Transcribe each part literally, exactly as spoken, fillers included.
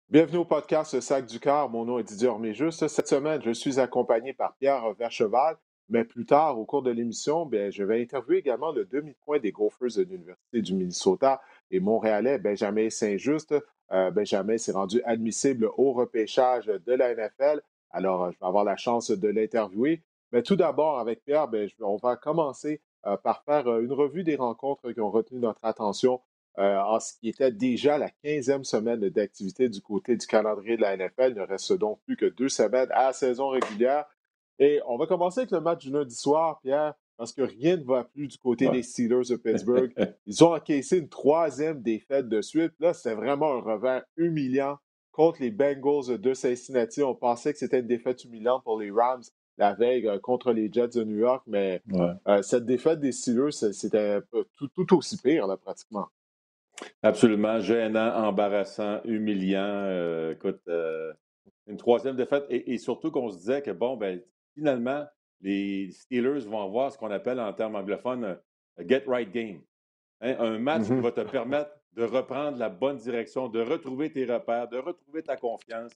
Bienvenue au podcast Sac du Cœur. Mon nom est Didier Orméjus. Cette semaine, je suis accompagné par Pierre Vercheval, mais plus tard, au cours de l'émission, bien, je vais interviewer également le demi-point des Gophers de l'Université du Minnesota et Montréalais, Benjamin Saint-Just. Euh, Benjamin s'est rendu admissible au repêchage de la N F L. Alors, euh, je vais avoir la chance de l'interviewer. Mais tout d'abord, avec Pierre, bien, je- on va commencer euh, par faire euh, une revue des rencontres qui ont retenu notre attention euh, en ce qui était déjà la quinzième semaine d'activité du côté du calendrier de la N F L. Il ne reste donc plus que deux semaines à la saison régulière. Et on va commencer avec le match du lundi soir, Pierre, parce que rien ne va plus du côté Ouais. des Steelers de Pittsburgh. Ils ont encaissé une troisième défaite de suite. Là, c'était vraiment un revers humiliant contre les Bengals de Cincinnati. On pensait que c'était une défaite humiliante pour les Rams la veille euh, contre les Jets de New York, mais Ouais. euh, cette défaite des Steelers, c'était tout, tout aussi pire, là, pratiquement. Absolument gênant, embarrassant, humiliant. Euh, écoute, euh, une troisième défaite et, et surtout qu'on se disait que, bon, ben, finalement, les Steelers vont avoir ce qu'on appelle en termes anglophones un get right game. Hein, un match qui Mhm. va te permettre de reprendre la bonne direction, de retrouver tes repères, de retrouver ta confiance.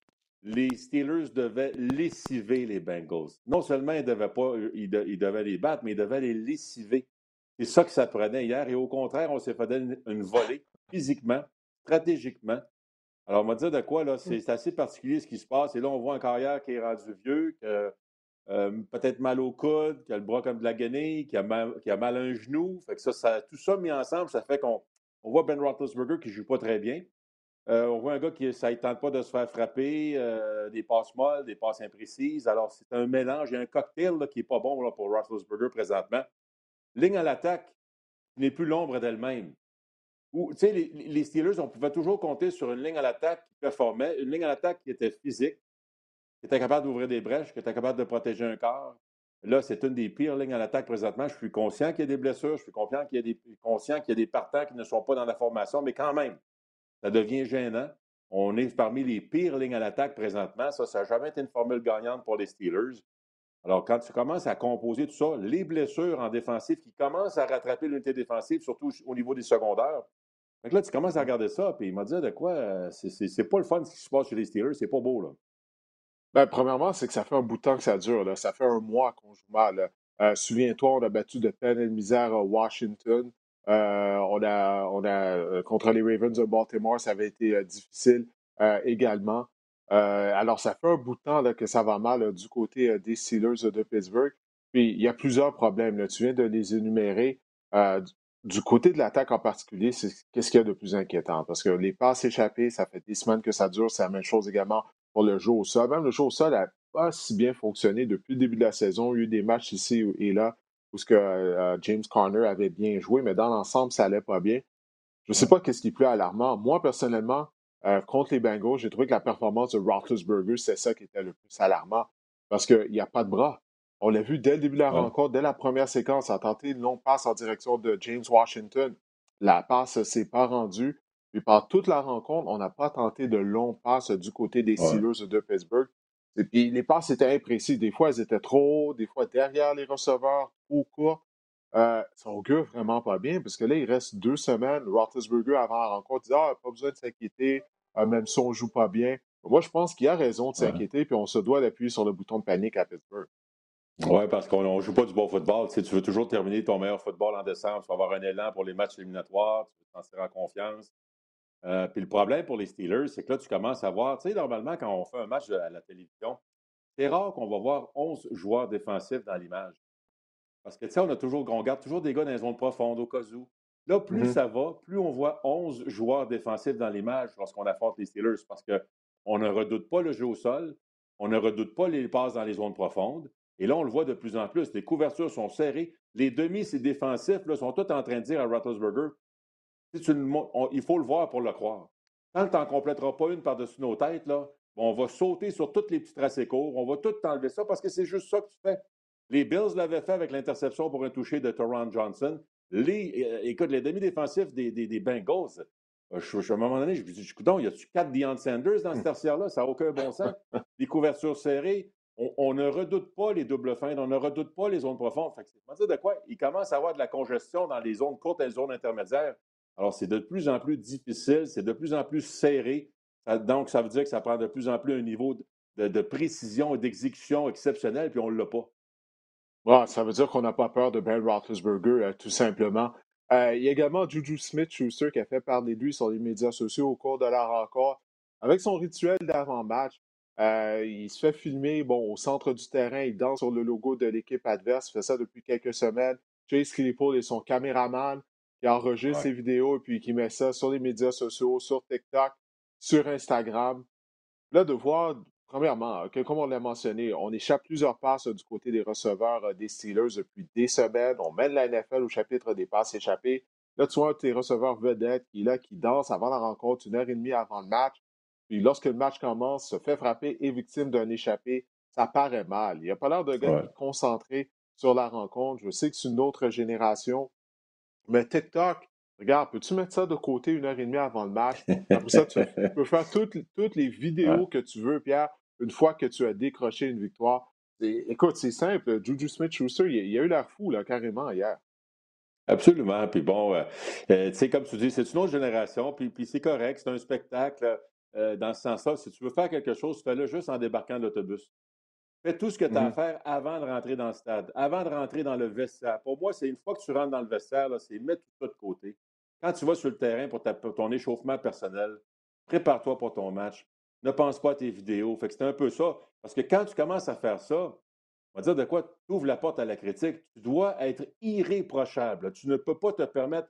Les Steelers devaient lessiver les Bengals. Non seulement ils devaient, pas, ils, de, ils devaient les battre, mais ils devaient les lessiver. C'est ça que ça prenait hier. Et au contraire, on s'est fait donner une, une volée physiquement, stratégiquement. Alors, on va dire de quoi, là, c'est, c'est assez particulier ce qui se passe. Et là, on voit un carrière qui est rendu vieux, qui a euh, peut-être mal au coude, qui a le bras comme de la guenille, qui a mal, qui a mal à un genou. Fait que ça, ça, tout ça mis ensemble, ça fait qu'on on voit Ben Roethlisberger qui ne joue pas très bien. Euh, on voit un gars qui ça ne tente pas de se faire frapper, euh, des passes molles, des passes imprécises. Alors, c'est un mélange, il y a un cocktail là, qui n'est pas bon là, pour Roethlisberger présentement. Ligne à l'attaque n'est plus l'ombre d'elle-même. Ou, tu sais, les, les Steelers, on pouvait toujours compter sur une ligne à l'attaque qui performait, une ligne à l'attaque qui était physique, qui était capable d'ouvrir des brèches, qui était capable de protéger un corps. Là, c'est une des pires lignes à l'attaque présentement. Je suis conscient qu'il y a des blessures, je suis conscient qu'il y a des, conscient qu'il y a des partants qui ne sont pas dans la formation, mais quand même, ça devient gênant. On est parmi les pires lignes à l'attaque présentement. Ça, ça n'a jamais été une formule gagnante pour les Steelers. Alors, quand tu commences à composer tout ça, les blessures en défensive qui commencent à rattraper l'unité défensive, surtout au niveau des secondaires. Donc là, tu commences à regarder ça, puis il m'a dit de quoi, euh, c'est, c'est, c'est pas le fun ce qui se passe chez les Steelers, c'est pas beau, là. Ben, premièrement, c'est que ça fait un bout de temps que ça dure. Là. Ça fait un mois qu'on joue mal. Là. Euh, souviens-toi, on a battu de peine et de misère à Washington. Euh, on a, on a euh, contre les Ravens de Baltimore, ça avait été euh, difficile euh, également. Euh, alors, ça fait un bout de temps là, que ça va mal là, du côté euh, des Steelers de Pittsburgh. Puis, il y a plusieurs problèmes. Là. Tu viens de les énumérer. Euh, du du côté de l'attaque en particulier, c'est qu'est-ce qu'il y a de plus inquiétant? Parce que les passes échappées, ça fait des semaines que ça dure. C'est la même chose également pour le jeu au sol. Même le jeu au sol n'a pas si bien fonctionné depuis le début de la saison. Il y a eu des matchs ici et là où ce que, euh, James Conner avait bien joué, mais dans l'ensemble, ça allait pas bien. Je ne sais Ouais. pas qu'est-ce qui est plus alarmant. Moi, personnellement, euh, contre les Bengals, j'ai trouvé que la performance de Roethlisberger, c'est ça qui était le plus alarmant parce qu'il n'y a pas de bras. On l'a vu dès le début de la Ouais. rencontre, dès la première séquence, a tenté une longue passe en direction de James Washington. La passe ne s'est pas rendue. Puis par toute la rencontre, on n'a pas tenté de longue passe du côté des Ouais. Steelers de Pittsburgh. Et puis les passes étaient imprécises. Des fois, elles étaient trop hauts, des fois derrière les receveurs, trop courts. Euh, ça augure vraiment pas bien, parce que là, il reste deux semaines. Roethlisberger, avant la rencontre, dit Ah, pas besoin de s'inquiéter, euh, même si on ne joue pas bien. Moi, je pense qu'il y a raison de Ouais. s'inquiéter, puis on se doit d'appuyer sur le bouton de panique à Pittsburgh. Ouais, parce qu'on ne joue pas du bon football. Tu sais, tu veux toujours terminer ton meilleur football en décembre. Tu vas avoir un élan pour les matchs éliminatoires. Tu veux te sentir en confiance. Euh, puis le problème pour les Steelers, c'est que là, tu commences à voir, tu sais, normalement, quand on fait un match à la télévision, c'est rare qu'on va voir onze joueurs défensifs dans l'image. Parce que, tu sais, on a toujours, on garde toujours des gars dans les zones profondes au cas où. Là, plus Mhm. ça va, plus on voit onze joueurs défensifs dans l'image lorsqu'on affronte les Steelers. Parce qu'on ne redoute pas le jeu au sol, on ne redoute pas les passes dans les zones profondes. Et là, on le voit de plus en plus. Les couvertures sont serrées. Les demi, ces défensifs là, sont tous en train de dire à Roethlisberger, si tu le on- il faut le voir pour le croire. Quand tu n'en compléteras pas une par-dessus nos têtes, là, on va sauter sur tous les petits tracés courts, on va tout t'enlever ça parce que c'est juste ça que tu fais. Les Bills l'avaient fait avec l'interception pour un toucher de Taron Johnson. Les, euh, écoute, les demi-défensifs des, des, des Bengals, euh, je, je, à un moment donné, je me dis, écoute, y a-tu quatre Deion Sanders dans ce tertiaire-là? Ça n'a aucun bon sens. Les couvertures serrées, on, on ne redoute pas les doubles feintes, on ne redoute pas les zones profondes. Fait que, c'est dire de quoi? Il commence à avoir de la congestion dans les zones courtes et les zones intermédiaires. Alors, c'est de plus en plus difficile, c'est de plus en plus serré. Ça- donc, ça veut dire que ça prend de plus en plus un niveau de, de- de précision et d'exécution exceptionnel, puis on ne l'a pas. Ouais, ça veut dire qu'on n'a pas peur de Ben Roethlisberger, euh, tout simplement. Euh, il y a également Juju Smith-Schuster qui a fait parler de lui sur les médias sociaux au cours de la rencontre. Avec son rituel d'avant-match, euh, il se fait filmer bon, au centre du terrain, il danse sur le logo de l'équipe adverse, il fait ça depuis quelques semaines. Chase Claypool est son caméraman qui enregistre Ouais. ses vidéos et puis qui met ça sur les médias sociaux, sur TikTok, sur Instagram. Là, de voir, premièrement, que, comme on l'a mentionné, on échappe plusieurs passes euh, du côté des receveurs euh, des Steelers depuis des semaines. On mène la N F L au chapitre des passes échappées. Là, tu vois un de tes receveurs vedettes qui est là, qui danse avant la rencontre, une heure et demie avant le match. Puis lorsque le match commence, se fait frapper et victime d'un échappé. Ça paraît mal. Il n'y a pas l'air d'un gars qui Ouais. est concentré sur la rencontre. Je sais que c'est une autre génération. Mais TikTok, regarde, peux-tu mettre ça de côté une heure et demie avant le match? Après ça, tu peux faire toutes, toutes les Ouais. vidéos que tu veux, Pierre, une fois que tu as décroché une victoire. Et- écoute, c'est simple. Juju Smith-Schuster, il, il a eu l'air fou, là, carrément, hier. Absolument. Puis bon, euh, euh, tu sais, comme tu dis, c'est une autre génération, puis, puis c'est correct, c'est un spectacle. Euh, dans ce sens-là, si tu veux faire quelque chose, fais-le juste en débarquant de l'autobus. Fais tout ce que tu as à Mhm. faire avant de rentrer dans le stade, avant de rentrer dans le vestiaire. Pour moi, c'est une fois que tu rentres dans le vestiaire, là, c'est mettre tout ça de côté. Quand tu vas sur le terrain pour, ta- pour ton échauffement personnel, prépare-toi pour ton match. Ne pense pas à tes vidéos. Fait que c'est un peu ça. Parce que quand tu commences à faire ça, on va dire de quoi tu ouvres la porte à la critique. Tu dois être irréprochable. Tu ne peux pas te permettre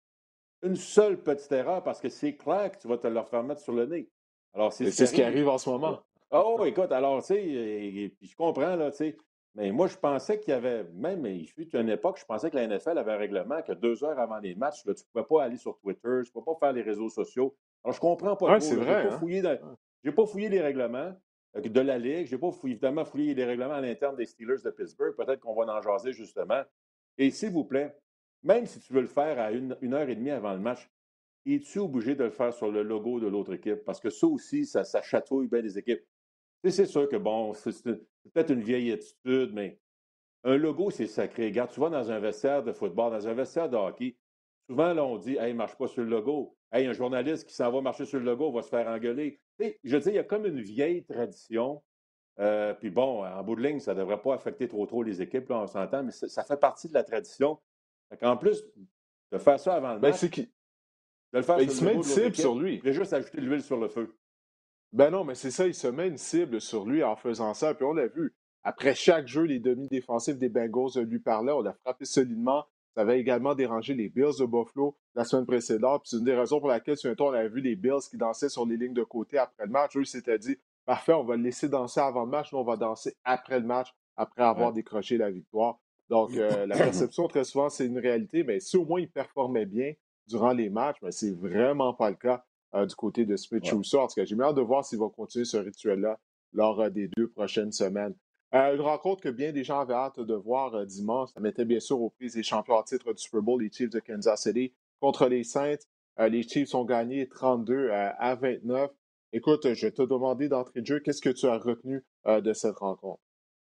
une seule petite erreur parce que c'est clair que tu vas te leur faire mettre sur le nez. Alors, c'est Et ce qui c'est ce qui arrive. arrive en ce moment. Oh, écoute, alors, tu sais, et- et puis je comprends, là, tu sais, mais moi, je pensais qu'il y avait, même, il fut une époque, je pensais que la N F L avait un règlement que deux heures avant les matchs, là, tu ne pouvais pas aller sur Twitter, tu ne pouvais pas faire les réseaux sociaux. Alors, je comprends pas Oui, trop, c'est là, j'ai vrai, pas hein? fouillé, dans- j'ai pas fouillé les règlements euh, de la Ligue, j'ai pas fouillé, évidemment fouillé les règlements à l'interne des Steelers de Pittsburgh, peut-être qu'on va en jaser justement. Et s'il vous plaît, même si tu veux le faire à une, une heure et demie avant le match, es-tu obligé de le faire sur le logo de l'autre équipe? Parce que ça aussi, ça, ça chatouille bien les équipes. Tu sais, c'est sûr que bon, c'est c'est peut-être une vieille attitude, mais un logo, c'est sacré. Regarde, tu vas dans un vestiaire de football, dans un vestiaire de hockey, souvent, là, on dit, hey, marche pas sur le logo. Hey, un journaliste qui s'en va marcher sur le logo va se faire engueuler. Tu sais, je veux dire, il y a comme une vieille tradition. Euh, puis bon, en bout de ligne, ça ne devrait pas affecter trop trop les équipes, là, on s'entend, mais ça, ça fait partie de la tradition. En plus de faire ça avant le Ben, match, c'est qu'il de le faire ben, il sur le se met une logo de l'autre cible équipe, sur lui. il juste ajouter de l'huile sur le feu. Ben non, mais c'est ça, il se met une cible sur lui en faisant ça. Puis on l'a vu. Après chaque jeu, les demi-défensifs des Bengals lui parlaient. On l'a frappé solidement. Ça avait également dérangé les Bills de Buffalo la semaine précédente. Puis c'est une des raisons pour laquelle, sur un tour, on avait vu les Bills qui dansaient sur les lignes de côté après le match. Eux, ils s'étaient dit, parfait, on va le laisser danser avant le match. Nous, on va danser après le match, après avoir Ouais. décroché la victoire. Donc, euh, la perception, très souvent, c'est une réalité. Mais si au moins il performait bien durant les matchs, mais c'est vraiment pas le cas euh, du côté de Smith Ouais. Schuster. En tout cas, j'ai hâte de voir s'il va continuer ce rituel-là lors euh, des deux prochaines semaines. Euh, une rencontre que bien des gens avaient hâte de voir euh, dimanche. Ça mettait bien sûr aux prises les champions en titre du Super Bowl, les Chiefs de Kansas City, contre les Saints. Euh, les Chiefs ont gagné trente-deux euh, à vingt-neuf. Écoute, je vais te demander d'entrée de jeu, qu'est-ce que tu as retenu euh, de cette rencontre?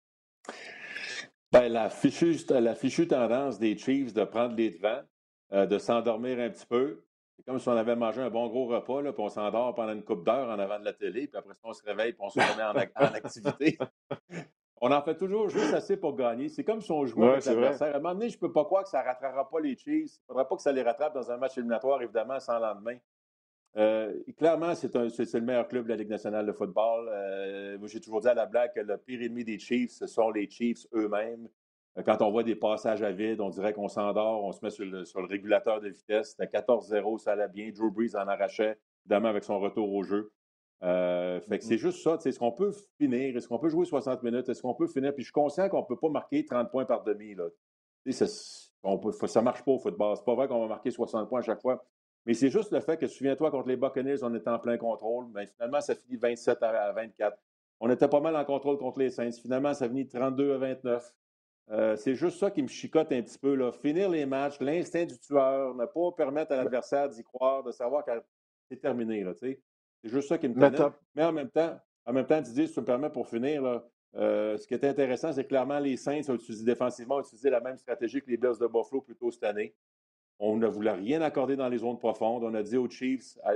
Ben, la fichue, la fichue tendance des Chiefs de prendre les devants, euh, de s'endormir un petit peu. C'est comme si on avait mangé un bon gros repas, là, puis on s'endort pendant une couple d'heures en avant de la télé, puis après ça, on se réveille, puis on se remet en, ac- en activité. On en fait toujours juste assez pour gagner. C'est comme si on jouait Ouais, avec c'est vrai. l'adversaire. À un moment donné, je ne peux pas croire que ça ne rattrapera pas les Chiefs. Il ne faudra pas que ça les rattrape dans un match éliminatoire, évidemment, sans lendemain. Euh, clairement, c'est, un, c'est, c'est le meilleur club de la Ligue nationale de football. Euh, moi, j'ai toujours dit à la blague que le pire ennemi des Chiefs, ce sont les Chiefs eux-mêmes. Euh, Quand on voit des passages à vide, on dirait qu'on s'endort, on se met sur le, sur le régulateur de vitesse. C'était quatorze zéro, ça allait bien. Drew Brees en arrachait, évidemment, avec son retour au jeu. Euh, fait que Mhm. c'est juste ça. Est-ce qu'on peut finir? Est-ce qu'on peut jouer soixante minutes? Est-ce qu'on peut finir? Puis je suis conscient qu'on ne peut pas marquer trente points par demi. Là. Ça ne marche pas au football. C'est pas vrai qu'on va marquer soixante points à chaque fois. Mais c'est juste le fait que, souviens-toi, contre les Buccaneers, on était en plein contrôle. Mais finalement, ça finit vingt-sept à vingt-quatre. On était pas mal en contrôle contre les Saints. Finalement, ça finit trente-deux à vingt-neuf. Euh, c'est juste ça qui me chicote un petit peu. Là. Finir les matchs, l'instinct du tueur, ne pas permettre à Mais, l'adversaire d'y croire, de savoir que c'est terminé. Là, c'est juste ça qui me mais tenait. t'as- Mais en même temps, en même temps, Didier, si tu me permets pour finir, là, euh, ce qui est intéressant, c'est que clairement, les Saints ont utilisé défensivement, ont utilisé la même stratégie que les Bills de Buffalo plus tôt cette année. On ne voulait rien accorder dans les zones profondes. On a dit aux Chiefs,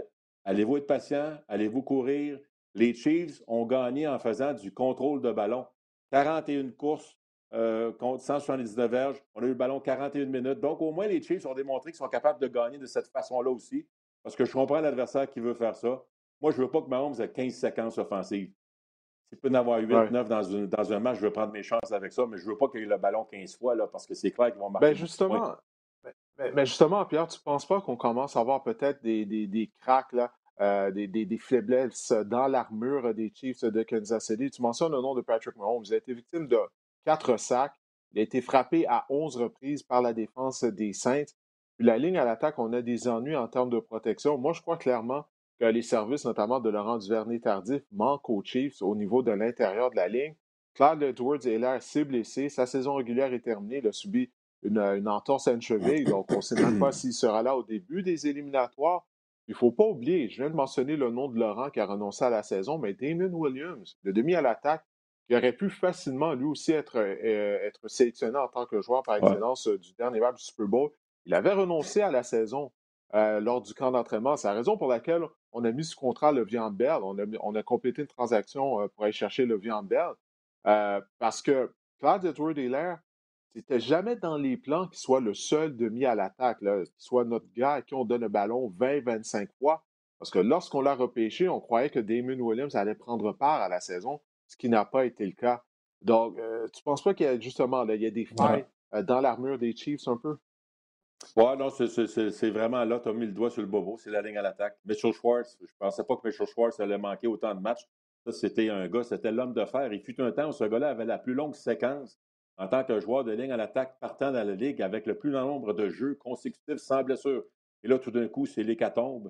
allez-vous être patient? Allez-vous courir? Les Chiefs ont gagné en faisant du contrôle de ballon. quarante et une courses euh, contre cent soixante-dix-neuf verges. On a eu le ballon quarante et une minutes. Donc, au moins, les Chiefs ont démontré qu'ils sont capables de gagner de cette façon-là aussi. Parce que je comprends l'adversaire qui veut faire ça. Moi, je ne veux pas que Mahomes ait quinze séquences offensives. S'il peut en avoir huit, Ouais. neuf dans, une, dans un match, je vais prendre mes chances avec ça, mais je ne veux pas qu'il y ait le ballon quinze fois, là, parce que c'est clair qu'ils vont Ben marquer beaucoup de points. justement, ben, ben- ben justement, Pierre, tu ne penses pas qu'on commence à avoir peut-être des, des, des cracks, là, euh, des, des, des faiblesses dans l'armure des Chiefs de Kansas City? Tu mentionnes le nom de Patrick Mahomes. Il a été victime de quatre sacs. Il a été frappé à onze reprises par la défense des Saints. Puis la ligne à l'attaque, on a des ennuis en termes de protection. Moi, je crois clairement que les services, notamment de Laurent Duvernay-Tardif, manquent aux Chiefs au niveau de l'intérieur de la ligne. Clyde Edwards est là, s'est blessé. Sa saison régulière est terminée. Il a subi une, une entorse à une cheville, donc on ne sait même pas s'il sera là au début des éliminatoires. Il ne faut pas oublier, je viens de mentionner le nom de Laurent qui a renoncé à la saison, mais Damon Williams, le demi à l'attaque, qui aurait pu facilement lui aussi être, euh, être sélectionné en tant que joueur par Ouais. excellence euh, du dernier match du Super Bowl. Il avait renoncé à la saison euh, lors du camp d'entraînement. C'est la raison pour laquelle on a mis sous contrat Le'Veon Bell. On a, on a complété une transaction euh, pour aller chercher Le'Veon Bell. Euh, parce que Clyde Edwards-Helaire, c'était jamais dans les plans qu'il soit le seul demi à l'attaque, là, qu'il soit notre gars à qui on donne le ballon vingt vingt-cinq fois. Parce que lorsqu'on l'a repêché, on croyait que Damon Williams allait prendre part à la saison, ce qui n'a pas été le cas. Donc, euh, tu ne penses pas qu'il y a justement là, il y a des Ouais. failles euh, dans l'armure des Chiefs un peu? Ouais, non, c'est, c'est, c'est, c'est vraiment là, tu as mis le doigt sur le bobo, c'est la ligne à l'attaque. Mitchell Schwartz, je ne pensais pas que Mitchell Schwartz allait manquer autant de matchs. Ça, c'était un gars, c'était l'homme de fer. Il fut un temps où ce gars-là avait la plus longue séquence en tant que joueur de ligne à l'attaque partant dans la ligue avec le plus grand nombre de jeux consécutifs sans blessure. Et là, tout d'un coup, c'est l'hécatombe.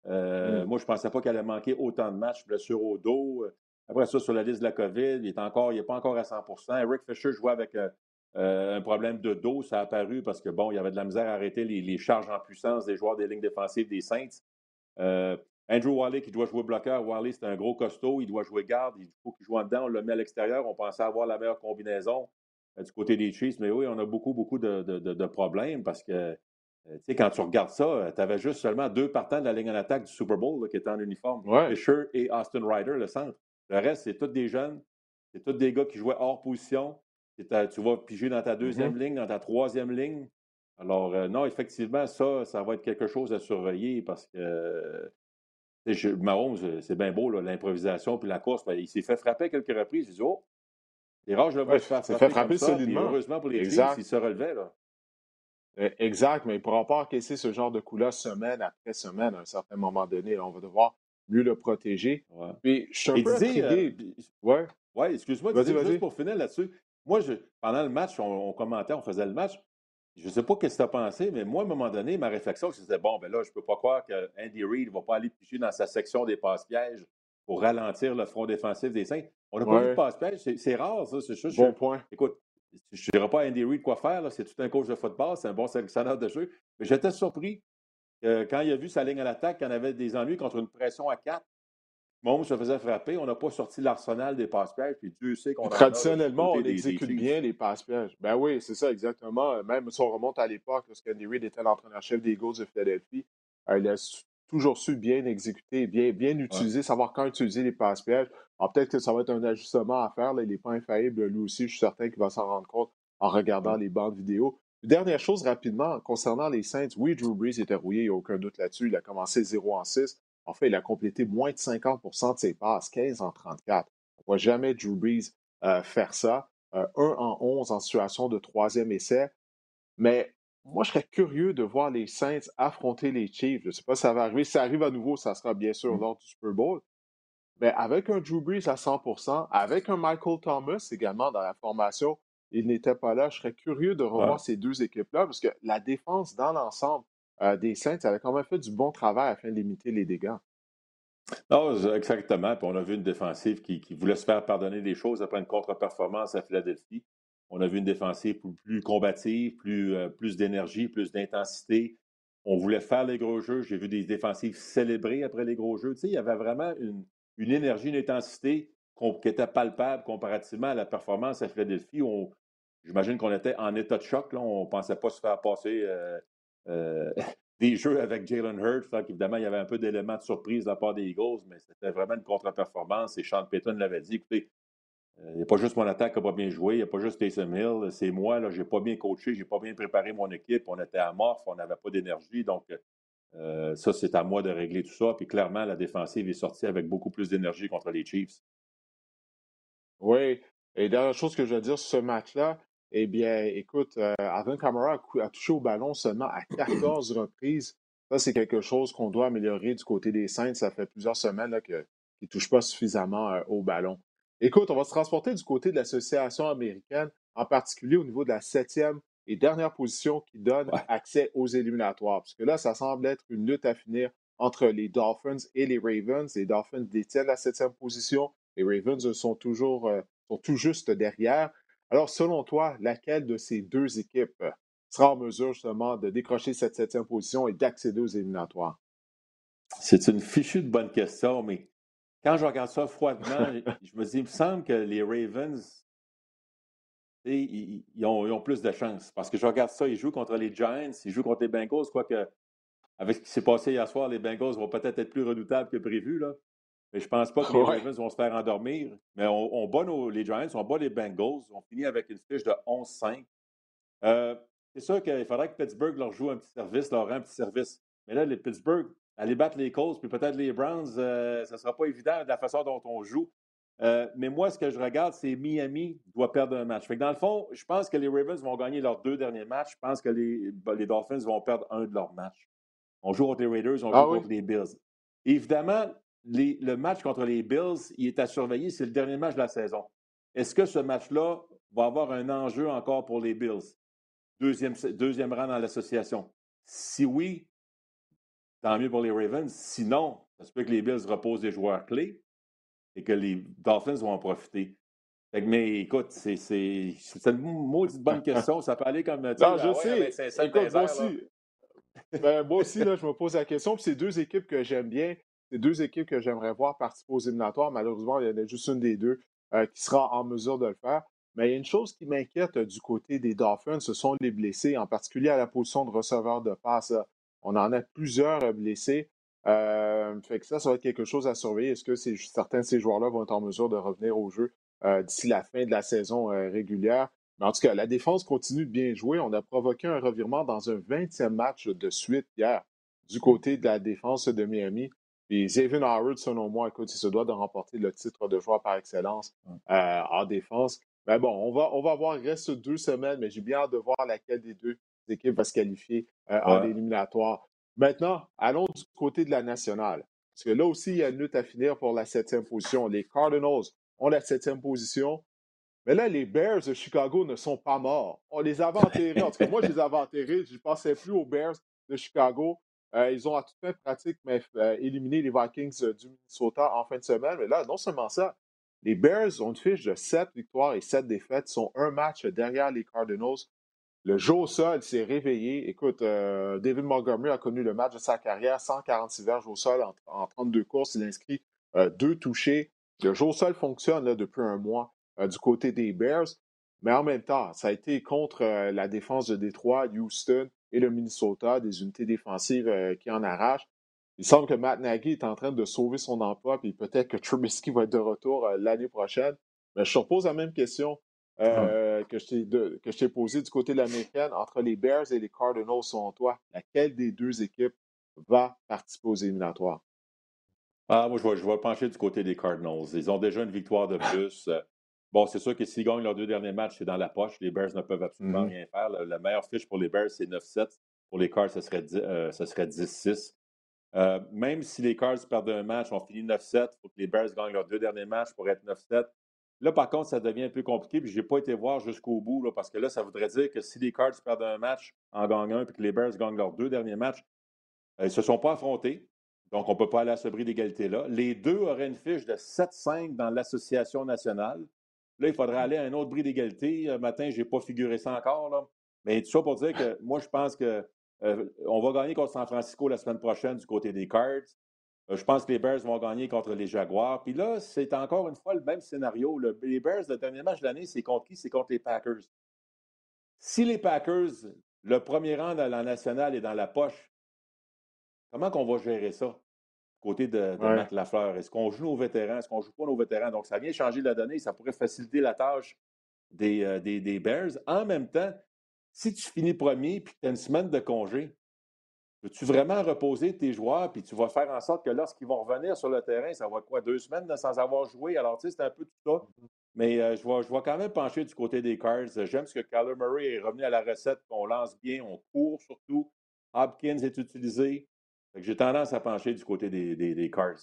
Mm. Euh, moi, je ne pensais pas qu'elle allait manquer autant de matchs, blessure au dos. Après ça, sur la liste de la COVID, il n'est encore, il est pas encore à cent pour cent. Eric Fisher jouait avec euh, Euh, un problème de dos, ça a apparu parce que, bon, il y avait de la misère à arrêter les, les charges en puissance des joueurs des lignes défensives des Saints. Euh, Andrew Wally qui doit jouer bloqueur. Wally, c'est un gros costaud. Il doit jouer garde. Il faut qu'il joue en dedans. On l'a mis à l'extérieur. On pensait avoir la meilleure combinaison euh, du côté des Chiefs. Mais oui, on a beaucoup, beaucoup de, de, de, de problèmes parce que, euh, tu sais, quand tu regardes ça, tu avais juste seulement deux partants de la ligne en attaque du Super Bowl là, qui étaient en uniforme. Ouais. Fisher et Austin Ryder, le centre. Le reste, c'est tous des jeunes. C'est tous des gars qui jouaient hors position. Ta, tu vas piger dans ta deuxième Mm-hmm. ligne, dans ta troisième ligne. Alors, euh, non, effectivement, ça, ça va être quelque chose à surveiller parce que euh, je, Mahomes, c'est bien beau, là, l'improvisation puis la course. Ben, il s'est fait frapper à quelques reprises. Il dit, oh, c'est rare, je le vois Ouais, se faire c'est fait frapper comme frapper ça. Puis solidement. heureusement pour les Chiefs, il Exact. se relevait. Là. Euh, Exact, mais il ne pourra pas encaisser ce genre de coup-là semaine après semaine. À un certain moment donné, là, on va devoir mieux le protéger. Ouais. Puis, je suis un Et peu disais, euh, intrigué. Ouais, ouais, excuse-moi, vas-y, disais, juste vas-y. pour finir là-dessus, moi, je, pendant le match, on, on commentait, on faisait le match. Je ne sais pas ce que tu as pensé, mais moi, à un moment donné, ma réflexion, c'était bon, ben là, je ne peux pas croire qu'Andy Reid ne va pas aller picher dans sa section des passes-pièges pour ralentir le front défensif des Saints. On n'a pas vu de Ouais, passe-piège. C'est, c'est rare, ça. C'est juste, bon je- point. écoute, je ne dirais pas à Andy Reid quoi faire. Là, c'est tout un coach de football, c'est un bon sélectionneur de jeu. Mais j'étais surpris que quand il a vu sa ligne à l'attaque, qu'il y en avait des ennuis contre une pression à quatre. Mahomes se faisait frapper. On n'a pas sorti l'arsenal des passe-pièges, puis Dieu sait qu'on en a là, du Traditionnellement, côté on des, des exécute Chiefs. bien les passes-pièges. Ben oui, c'est ça, exactement. Même si on remonte à l'époque, lorsqu'Andy Reid était l'entraîneur-chef des Eagles de Philadelphie, euh, il a su- toujours su bien exécuter, bien, bien Ouais. utiliser, savoir quand utiliser les passes-pièges. Alors peut-être que ça va être un ajustement à faire. Là. Il n'est pas infaillible, lui aussi. Je suis certain qu'il va s'en rendre compte en regardant Ouais. les bandes vidéo. Dernière chose rapidement, concernant les Saints, oui, Drew Brees était rouillé, il n'y a aucun doute là-dessus. Il a commencé zéro en six. En fait, il a complété moins de cinquante pour cent de ses passes, quinze en trente-quatre. On ne voit jamais Drew Brees euh, faire ça. Euh, un en onze en situation de troisième essai. Mais moi, je serais curieux de voir les Saints affronter les Chiefs. Je ne sais pas si ça va arriver. Si ça arrive à nouveau, ça sera bien sûr Mm. lors du Super Bowl. Mais avec un Drew Brees à cent pour cent, avec un Michael Thomas également dans la formation, il n'était pas là. Je serais curieux de Ouais. revoir ces deux équipes-là parce que la défense dans l'ensemble euh, des Saints avait quand même fait du bon travail afin de limiter les dégâts. Non, exactement. Puis on a vu une défensive qui, qui voulait se faire pardonner des choses après une contre-performance à Philadelphie. On a vu une défensive plus, plus combative, plus, euh, plus d'énergie, plus d'intensité. On voulait faire les gros jeux. J'ai vu des défensives célébrer après les gros jeux. Tu sais, il y avait vraiment une, une énergie, une intensité qu'on- qui était palpable comparativement à la performance à Philadelphie. On- J'imagine qu'on était en état de choc. Là. On ne pensait pas se faire passer euh, euh, des jeux avec Jalen Hurts. Donc, évidemment, il y avait un peu d'éléments de surprise de la part des Eagles, mais c'était vraiment une contre-performance. Et Sean Payton l'avait dit, écoutez, euh, il n'y a pas juste mon attaque qui n'a pas bien joué, il n'y a pas juste Taysom Hill, c'est moi, là, je n'ai pas bien coaché, je n'ai pas bien préparé mon équipe, on était amorphe, on n'avait pas d'énergie. Donc, euh, ça, c'est à moi de régler tout ça. Puis clairement, la défensive est sortie avec beaucoup plus d'énergie contre les Chiefs. Oui. Et dernière chose que je veux dire sur ce match-là, eh bien, écoute, euh, Alvin Kamara a, cou- a touché au ballon seulement à quatorze reprises. Ça, c'est quelque chose qu'on doit améliorer du côté des Saints. Ça fait plusieurs semaines là, que, qu'ils ne touchent pas suffisamment euh, au ballon. Écoute, on va se transporter du côté de l'association américaine, en particulier au niveau de la septième et dernière position qui donne Ouais. accès aux éliminatoires. Parce que là, ça semble être une lutte à finir entre les Dolphins et les Ravens. Les Dolphins détiennent la septième position. Les Ravens sont toujours euh, sont tout juste derrière. Alors, selon toi, laquelle de ces deux équipes euh, sera en mesure justement de décrocher cette septième position et d'accéder aux éliminatoires? C'est une fichue de bonne question, mais quand je regarde ça froidement, je me dis, il me semble que les Ravens, ils, ils ont, ils ont plus de chance. Parce que je regarde ça, ils jouent contre les Giants, ils jouent contre les Bengals, quoique avec ce qui s'est passé hier soir, les Bengals vont peut-être être plus redoutables que prévu, là. Mais je ne pense pas que les Ouais. Ravens vont se faire endormir. Mais on, on bat nos, les Giants, on bat les Bengals. On finit avec une fiche de onze cinq. Euh, c'est sûr qu'il faudrait que Pittsburgh leur joue un petit service, leur rend un petit service. Mais là, les Pittsburgh, aller battre les Colts, puis peut-être les Browns, euh, ça ne sera pas évident de la façon dont on joue. Euh, mais moi, ce que je regarde, c'est Miami doit perdre un match. Fait que dans le fond, je pense que les Ravens vont gagner leurs deux derniers matchs. Je pense que les, les Dolphins vont perdre un de leurs matchs. On joue contre les Raiders, on joue Ah oui? contre les Bills. Évidemment, les, le match contre les Bills, il est à surveiller. C'est le dernier match de la saison. Est-ce que ce match-là va avoir un enjeu encore pour les Bills? Deuxième, deuxième rang dans l'association. Si oui, tant mieux pour les Ravens. Sinon, ça se peut que les Bills reposent des joueurs clés et que les Dolphins vont en profiter. Fait que, mais écoute, c'est, c'est, c'est une maudite bonne question. Ça peut aller comme, tu sais, Non, je ah ouais, avec sais. Saint-Saëns dans Écoute, les moi airs, là. aussi, ben, moi aussi, là, je me pose la question. Puis c'est deux équipes que j'aime bien. C'est deux équipes que j'aimerais voir participer aux éliminatoires. Malheureusement, il y en a juste une des deux euh, qui sera en mesure de le faire. Mais il y a une chose qui m'inquiète euh, du côté des Dolphins, ce sont les blessés, en particulier à la position de receveur de passe. Là. On en a plusieurs euh, blessés. Euh, fait que ça, ça va être quelque chose à surveiller. Est-ce que ces- certains de ces joueurs-là vont être en mesure de revenir au jeu euh, d'ici la fin de la saison euh, régulière? Mais en tout cas, la défense continue de bien jouer. On a provoqué un revirement dans un vingtième match de suite hier du côté de la défense de Miami. Et Xavier Howard, selon moi, écoute, il se doit de remporter le titre de joueur par excellence euh, en défense. Mais bon, on va, on va voir. Il reste deux semaines, mais j'ai bien hâte de voir laquelle des deux équipes va se qualifier euh, en Ouais. éliminatoire. Maintenant, allons du côté de la nationale. Parce que là aussi, il y a une lutte à finir pour la septième position. Les Cardinals ont la septième position. Mais là, les Bears de Chicago ne sont pas morts. On les avait enterrés. En tout cas, moi, je les avais enterrés. Je ne pensais plus aux Bears de Chicago. Euh, ils ont à toute fin pratique mais, euh, éliminé les Vikings euh, du Minnesota en fin de semaine. Mais là, non seulement ça, les Bears ont une fiche de sept victoires et sept défaites. Ils sont un match derrière les Cardinals. Le jeu au sol s'est réveillé. Écoute, euh, David Montgomery a connu le match de sa carrière, cent quarante-six verges au sol en, en trente-deux courses. Il inscrit euh, deux touchés. Le jeu au sol fonctionne là, depuis un mois euh, du côté des Bears. Mais en même temps, ça a été contre euh, la défense de Détroit, Houston et le Minnesota, des unités défensives euh, qui en arrachent. Il semble que Matt Nagy est en train de sauver son emploi, puis peut-être que Trubisky va être de retour euh, l'année prochaine. Mais je te repose la même question euh, que je t'ai de- que je t'ai posée du côté de l'américaine. Entre les Bears et les Cardinals, selon toi, laquelle des deux équipes va participer aux éliminatoires? Ah, moi, je vais, je vais pencher du côté des Cardinals. Ils ont déjà une victoire de plus. Euh, Bon, c'est sûr que s'ils gagnent leurs deux derniers matchs, c'est dans la poche. Les Bears ne peuvent absolument Mhm. rien faire. La, la meilleure fiche pour les Bears, c'est neuf sept. Pour les Cards, ce serait dix, euh, ce serait dix six. Euh, même si les Cards perdent un match, on finit neuf sept, il faut que les Bears gagnent leurs deux derniers matchs pour être neuf sept. Là, par contre, ça devient un peu compliqué, puis je n'ai pas été voir jusqu'au bout, là, parce que là, ça voudrait dire que si les Cards perdent un match, en gagnent un, puis que les Bears gagnent leurs deux derniers matchs, ils ne se sont pas affrontés. Donc, on ne peut pas aller à ce bris d'égalité-là. Les deux auraient une fiche de sept cinq dans l'association nationale. Là, il faudrait aller à un autre bris d'égalité. Un matin, je n'ai pas figuré ça encore. Là. Mais tout ça pour dire que moi, je pense que euh, on va gagner contre San Francisco la semaine prochaine du côté des Cards. Euh, je pense que les Bears vont gagner contre les Jaguars. Puis là, c'est encore une fois le même scénario. Le- les Bears, le dernier match de l'année, c'est contre qui? C'est contre les Packers. Si les Packers, le premier rang dans la nationale est dans la poche, comment qu'on va gérer ça, côté de, de Ouais. Matt Lafleur? Est-ce qu'on joue nos vétérans? Est-ce qu'on ne joue pas nos vétérans? Donc, ça vient changer la donnée. Ça pourrait faciliter la tâche des, euh, des, des Bears. En même temps, si tu finis premier et que tu as une semaine de congé, veux-tu vraiment reposer tes joueurs puis tu vas faire en sorte que lorsqu'ils vont revenir sur le terrain, ça va être quoi, deux semaines là, sans avoir joué? Alors, tu sais, c'est un peu tout ça. Mais euh, je, vais, je vais quand même pencher du côté des Cards. J'aime ce que Kyler Murray est revenu à la recette. On lance bien, on court surtout. Hopkins est utilisé. Fait que j'ai tendance à pencher du côté des, des, des Cards.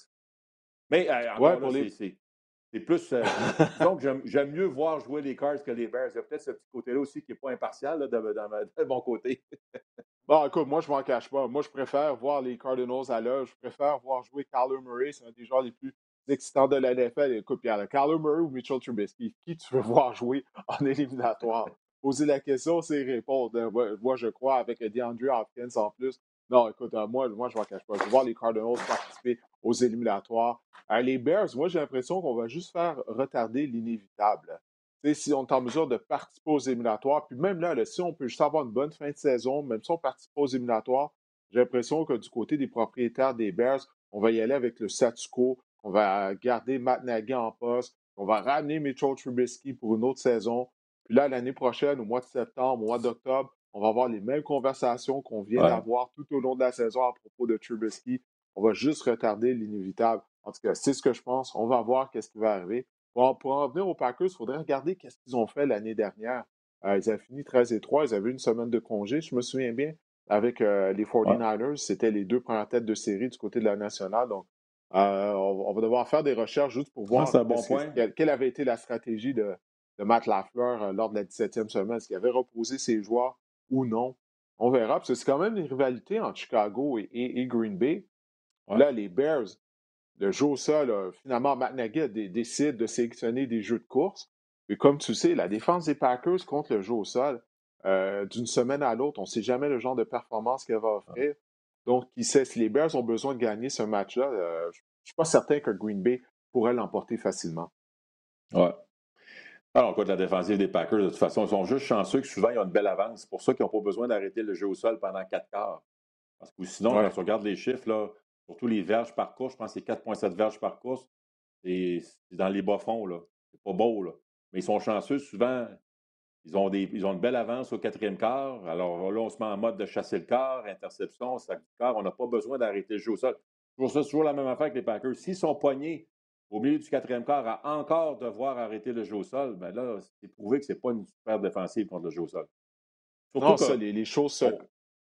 Mais euh, Ouais, encore là, pour les. c'est, c'est, c'est plus. Euh, disons que j'aime, j'aime mieux voir jouer les Cards que les Bears. Il y a peut-être ce petit côté-là aussi qui n'est pas impartial là, de, de, de, de mon côté. Bon, écoute, moi, je m'en cache pas. Moi, je préfère voir les Cardinals à l'œuvre. Je préfère voir jouer Kyler Murray. C'est un des joueurs les plus excitants de la N F L. Écoute, Pierre, Kyler Murray ou Mitchell Trubisky, qui tu veux voir jouer en éliminatoire? Poser la question, c'est répondre. Euh, Moi, moi, je crois, avec DeAndre Hopkins en plus. Non, écoute, euh, moi, moi je m'en cache pas. Je veux voir les Cardinals participer aux éliminatoires. Euh, les Bears, moi, j'ai l'impression qu'on va juste faire retarder l'inévitable. Tu sais, si on est en mesure de participer aux éliminatoires, puis même là, là, si on peut juste avoir une bonne fin de saison, même si on participe aux éliminatoires, j'ai l'impression que du côté des propriétaires des Bears, on va y aller avec le statu quo, on va garder Matt Nagy en poste, on va ramener Mitchell Trubisky pour une autre saison. Puis là, l'année prochaine, au mois de septembre, au mois d'octobre, on va avoir les mêmes conversations qu'on vient Ouais. d'avoir tout au long de la saison à propos de Trubisky. On va juste retarder l'inévitable. En tout cas, c'est ce que je pense. On va voir qu'est-ce qui va arriver. Bon, pour en venir aux Packers, il faudrait regarder qu'est-ce qu'ils ont fait l'année dernière. Euh, ils avaient fini treize et trois, ils avaient une semaine de congé, je me souviens bien, avec euh, les Ouais. forty-niners. C'était les deux premières têtes de série du côté de la nationale. Donc, euh, on, on va devoir faire des recherches juste pour Ah, voir c'est un bon qu'est-ce que- point. quelle, quelle avait été la stratégie de, de Matt Lafleur euh, lors de la dix-septième semaine. Est-ce qu'il avait reposé ses joueurs ou non? On verra, parce que c'est quand même une rivalité entre Chicago et, et- et Green Bay. Ouais. Là, les Bears, le jeu au sol, euh, finalement, Matt Nagy a dé- décide de sélectionner des jeux de course. Et comme tu sais, la défense des Packers contre le jeu au sol, euh, d'une semaine à l'autre, on ne sait jamais le genre de performance qu'elle va offrir. Donc, qui sait, si les Bears ont besoin de gagner ce match-là, euh, je ne suis pas certain que Green Bay pourrait l'emporter facilement. Ouais. Alors, écoute, la défensive des Packers, de toute façon, ils sont juste chanceux que souvent, ils ont une belle avance. C'est pour ça qu'ils n'ont pas besoin d'arrêter le jeu au sol pendant quatre quarts. Parce que sinon, quand Ouais. tu regardes les chiffres, là, surtout les verges par course, je pense que c'est quatre virgule sept verges par course, c'est c'est dans les bas-fonds, là. C'est pas beau, là. Mais ils sont chanceux, souvent, ils ont, des, ils ont une belle avance au quatrième quart. Alors là, on se met en mode de chasser le quart, interception, sac du quart. On n'a pas besoin d'arrêter le jeu au sol. Toujours ça, c'est toujours la même affaire avec les Packers. S'ils sont poignés au milieu du quatrième quart à encore devoir arrêter le jeu au sol, bien là, c'est prouvé que ce n'est pas une super défensive contre le jeu au sol. Surtout Non, ça, qu'on les, les choses. on,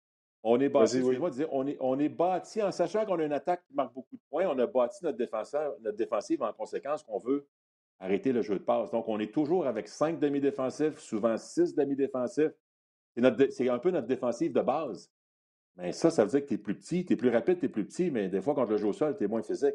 on est bâti, Vas-y, oui. excuse-moi de dire, on est, on est bâti en sachant qu'on a une attaque qui marque beaucoup de points, on a bâti notre, défenseur, notre défensive en conséquence qu'on veut arrêter le jeu de passe. Donc, on est toujours avec cinq demi-défensifs, souvent six demi-défensifs. C'est, notre, c'est un peu notre défensive de base. Mais ça, ça veut dire que tu es plus petit, tu es plus rapide, tu es plus petit, mais des fois, contre le jeu au sol, tu es moins physique.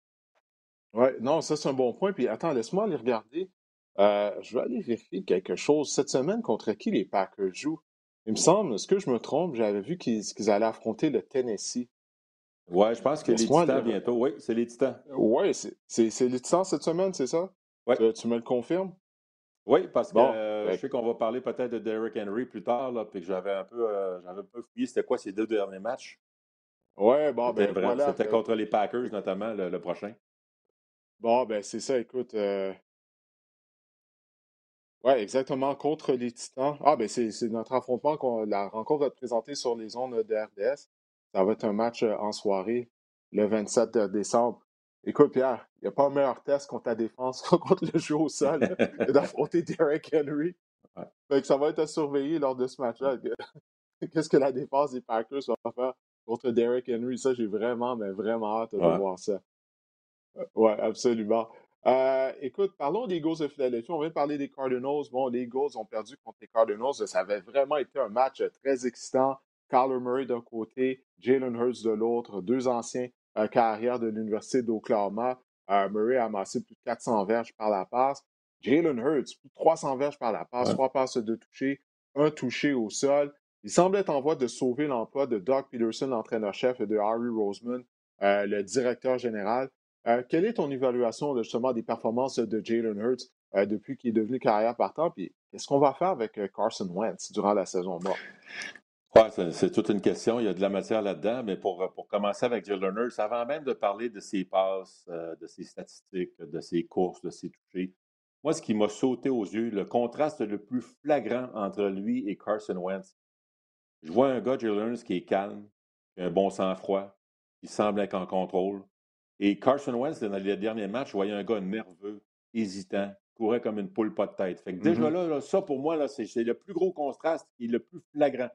Oui, non, ça, c'est un bon point. Puis attends, laisse-moi aller regarder. Euh, je vais aller vérifier quelque chose. Cette semaine, contre qui les Packers jouent? Il me semble, est-ce que je me trompe, j'avais vu qu'ils qu'ils allaient affronter le Tennessee. Ouais, je pense que les Laisse-moi Titans aller. bientôt. Oui, c'est les Titans. Oui, c'est c'est- c'est les Titans cette semaine, c'est ça? Oui, Tu, tu me le confirmes? oui, parce que Bon, euh, je ben, sais qu'on va parler peut-être de Derrick Henry plus tard, là, puis que j'avais un peu, euh, j'avais un peu fouillé c'était quoi ces deux derniers matchs. ouais, bon, C'était ben vrai, voilà. c'était Fait- contre les Packers, notamment, le, le prochain. bon, ben c'est ça, écoute. euh, ouais, exactement, contre les Titans. Ah, ben c'est c'est notre affrontement, qu'on, la rencontre va être présentée sur les ondes de R D S. Ça va être un match euh, en soirée, le vingt-sept de décembre. Écoute, Pierre, il n'y a pas un meilleur test contre ta défense contre le jeu au sol que d'affronter Derrick Henry. Ouais, Fait que ça va être à surveiller lors de ce ouais, match-là. Qu'est-ce que la défense des Packers va faire contre Derrick Henry? Ça, j'ai vraiment, mais vraiment hâte de ouais. voir ça. Oui, absolument. Euh, écoute, parlons des Eagles de Philadelphie. On vient de parler des Cardinals. Bon, les Eagles ont perdu contre les Cardinals. Ça avait vraiment été un match très excitant. Kyler Murray d'un côté, Jalen Hurts de l'autre, deux anciens euh, carrières de l'Université d'Oklahoma. Euh, Murray a amassé plus de quatre cents verges par la passe. Jalen Hurts, plus de trois cents verges par la passe, Ouais. trois passes de toucher, un touché au sol. Il semble être en voie de sauver l'emploi de Doug Peterson, l'entraîneur-chef, et de Harry Roseman, euh, le directeur général. Euh, quelle est ton évaluation de, justement des performances de Jalen Hurts euh, depuis qu'il est devenu carrière partant? Puis qu'est-ce qu'on va faire avec euh, Carson Wentz durant la saison morte? Ouais, c'est c'est toute une question. Il y a de la matière là-dedans, mais pour, pour commencer avec Jalen Hurts, avant même de parler de ses passes, euh, de ses statistiques, de ses courses, de ses touchés, moi, ce qui m'a sauté aux yeux, le contraste le plus flagrant entre lui et Carson Wentz. Je vois un gars, Jalen Hurts, qui est calme, qui a un bon sang-froid, qui semble être en contrôle. Et Carson Wentz, dans les derniers matchs, je voyais un gars nerveux, hésitant, courait comme une poule pas de tête. Fait que déjà Mhm. là, là, ça, pour moi, là, c'est c'est le plus gros contraste et le plus flagrant.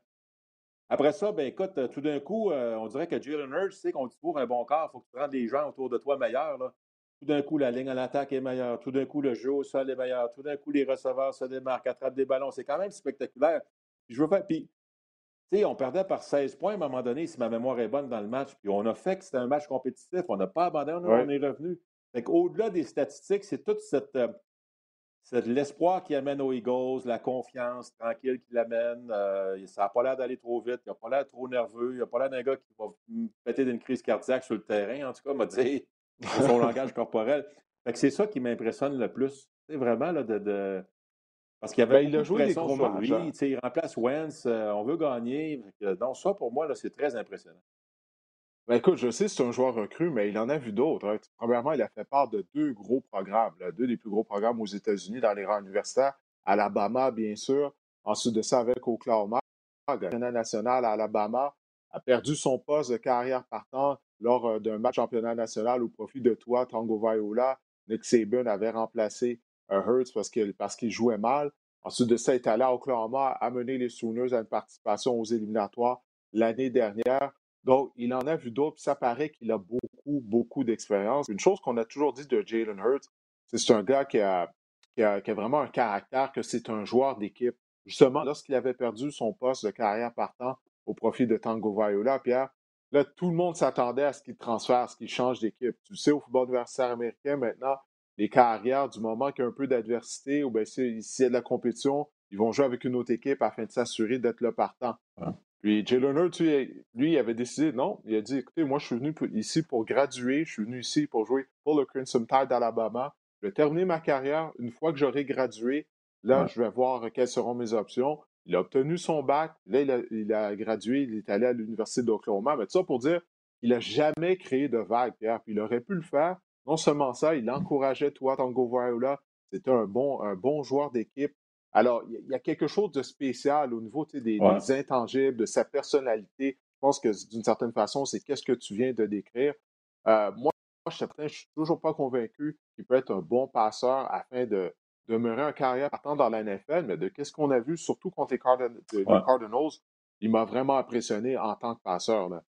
Après ça, ben écoute, euh, tout d'un coup, euh, on dirait que Jalen Hurts, tu sais, qu'on dit pour un bon quart, il faut que tu rendes les gens autour de toi meilleurs. Là. Tout d'un coup, la ligne à l'attaque est meilleure. Tout d'un coup, le jeu au sol est meilleur. Tout d'un coup, les receveurs se démarquent, attrapent des ballons. C'est quand même spectaculaire. Puis je veux faire. Puis, tu sais, on perdait par seize points à un moment donné, si ma mémoire est bonne dans le match. Puis on a fait que c'était un match compétitif. On n'a pas abandonné, on Ouais. est revenu. Fait qu'au-delà des statistiques, c'est toute cette. euh, c'est l'espoir qui amène aux Eagles, la confiance tranquille qui l'amène. Euh, ça n'a pas l'air d'aller trop vite, il n'a pas l'air trop nerveux, il n'a pas l'air d'un gars qui va me péter d'une crise cardiaque sur le terrain, en tout cas, m'a dit de son langage corporel. Fait que c'est ça qui m'impressionne le plus. C'est vraiment là, de, de- parce qu'il y avait Ben, il a beaucoup de joué des pression gros sur matchs, lui. hein. Tu sais, il remplace Wentz, euh, on veut gagner. Fait que, donc, ça, pour moi, là, c'est très impressionnant. Ben, écoute, je sais que c'est un joueur recru, mais il en a vu d'autres, hein. Premièrement, il a fait part de deux gros programmes, là, deux des plus gros programmes aux États-Unis dans les rangs universitaires. Alabama, bien sûr. Ensuite de ça, avec Oklahoma. Le championnat national à Alabama a perdu son poste de carrière partant lors euh, d'un match championnat national au profit de toi, Tango Vaiola. Nick Saban avait remplacé euh, Hurts parce qu'il parce qu'il jouait mal. Ensuite de ça, il est allé à Oklahoma, a mené les Sooners à une participation aux éliminatoires l'année dernière. Donc, il en a vu d'autres, puis ça paraît qu'il a beaucoup, beaucoup d'expérience. Une chose qu'on a toujours dit de Jalen Hurts, c'est que c'est un gars qui a, qui a, qui a vraiment un caractère, que c'est un joueur d'équipe. Justement, lorsqu'il avait perdu son poste de carrière partant au profit de Tango Vaiola, Pierre, là, tout le monde s'attendait à ce qu'il transfère, à ce qu'il change d'équipe. Tu sais, au football universitaire américain, maintenant, les carrières, du moment qu'il y a un peu d'adversité ou bien s'il y a de la compétition, ils vont jouer avec une autre équipe afin de s'assurer d'être là partant. Ouais. Puis Jalen Hurts, lui, lui, il avait décidé, non, il a dit, écoutez, moi, je suis venu pour- ici pour graduer, je suis venu ici pour jouer pour le Crimson Tide d'Alabama. Je vais terminer ma carrière. Une fois que j'aurai gradué, là, Ouais. je vais voir quelles seront mes options. Il a obtenu son bac. Là, il a, il a gradué, il est allé à l'Université d'Oklahoma. Mais tout ça pour dire, il n'a jamais créé de vague, Pierre. Puis il aurait pu le faire. Non seulement ça, il encourageait Tua Tagovailoa. C'était un bon, un bon joueur d'équipe. Alors, il y a quelque chose de spécial au niveau tu sais, des, Ouais. des intangibles, de sa personnalité. Je pense que d'une certaine façon, c'est qu'est-ce que tu viens de décrire. Euh, moi, je suis certain, je suis toujours pas convaincu qu'il peut être un bon passeur afin de demeurer en carrière partant dans la N F L, mais de qu'est-ce qu'on a vu, surtout contre les, Cardin- les Ouais. Cardinals, il m'a vraiment impressionné en tant que passeur, là.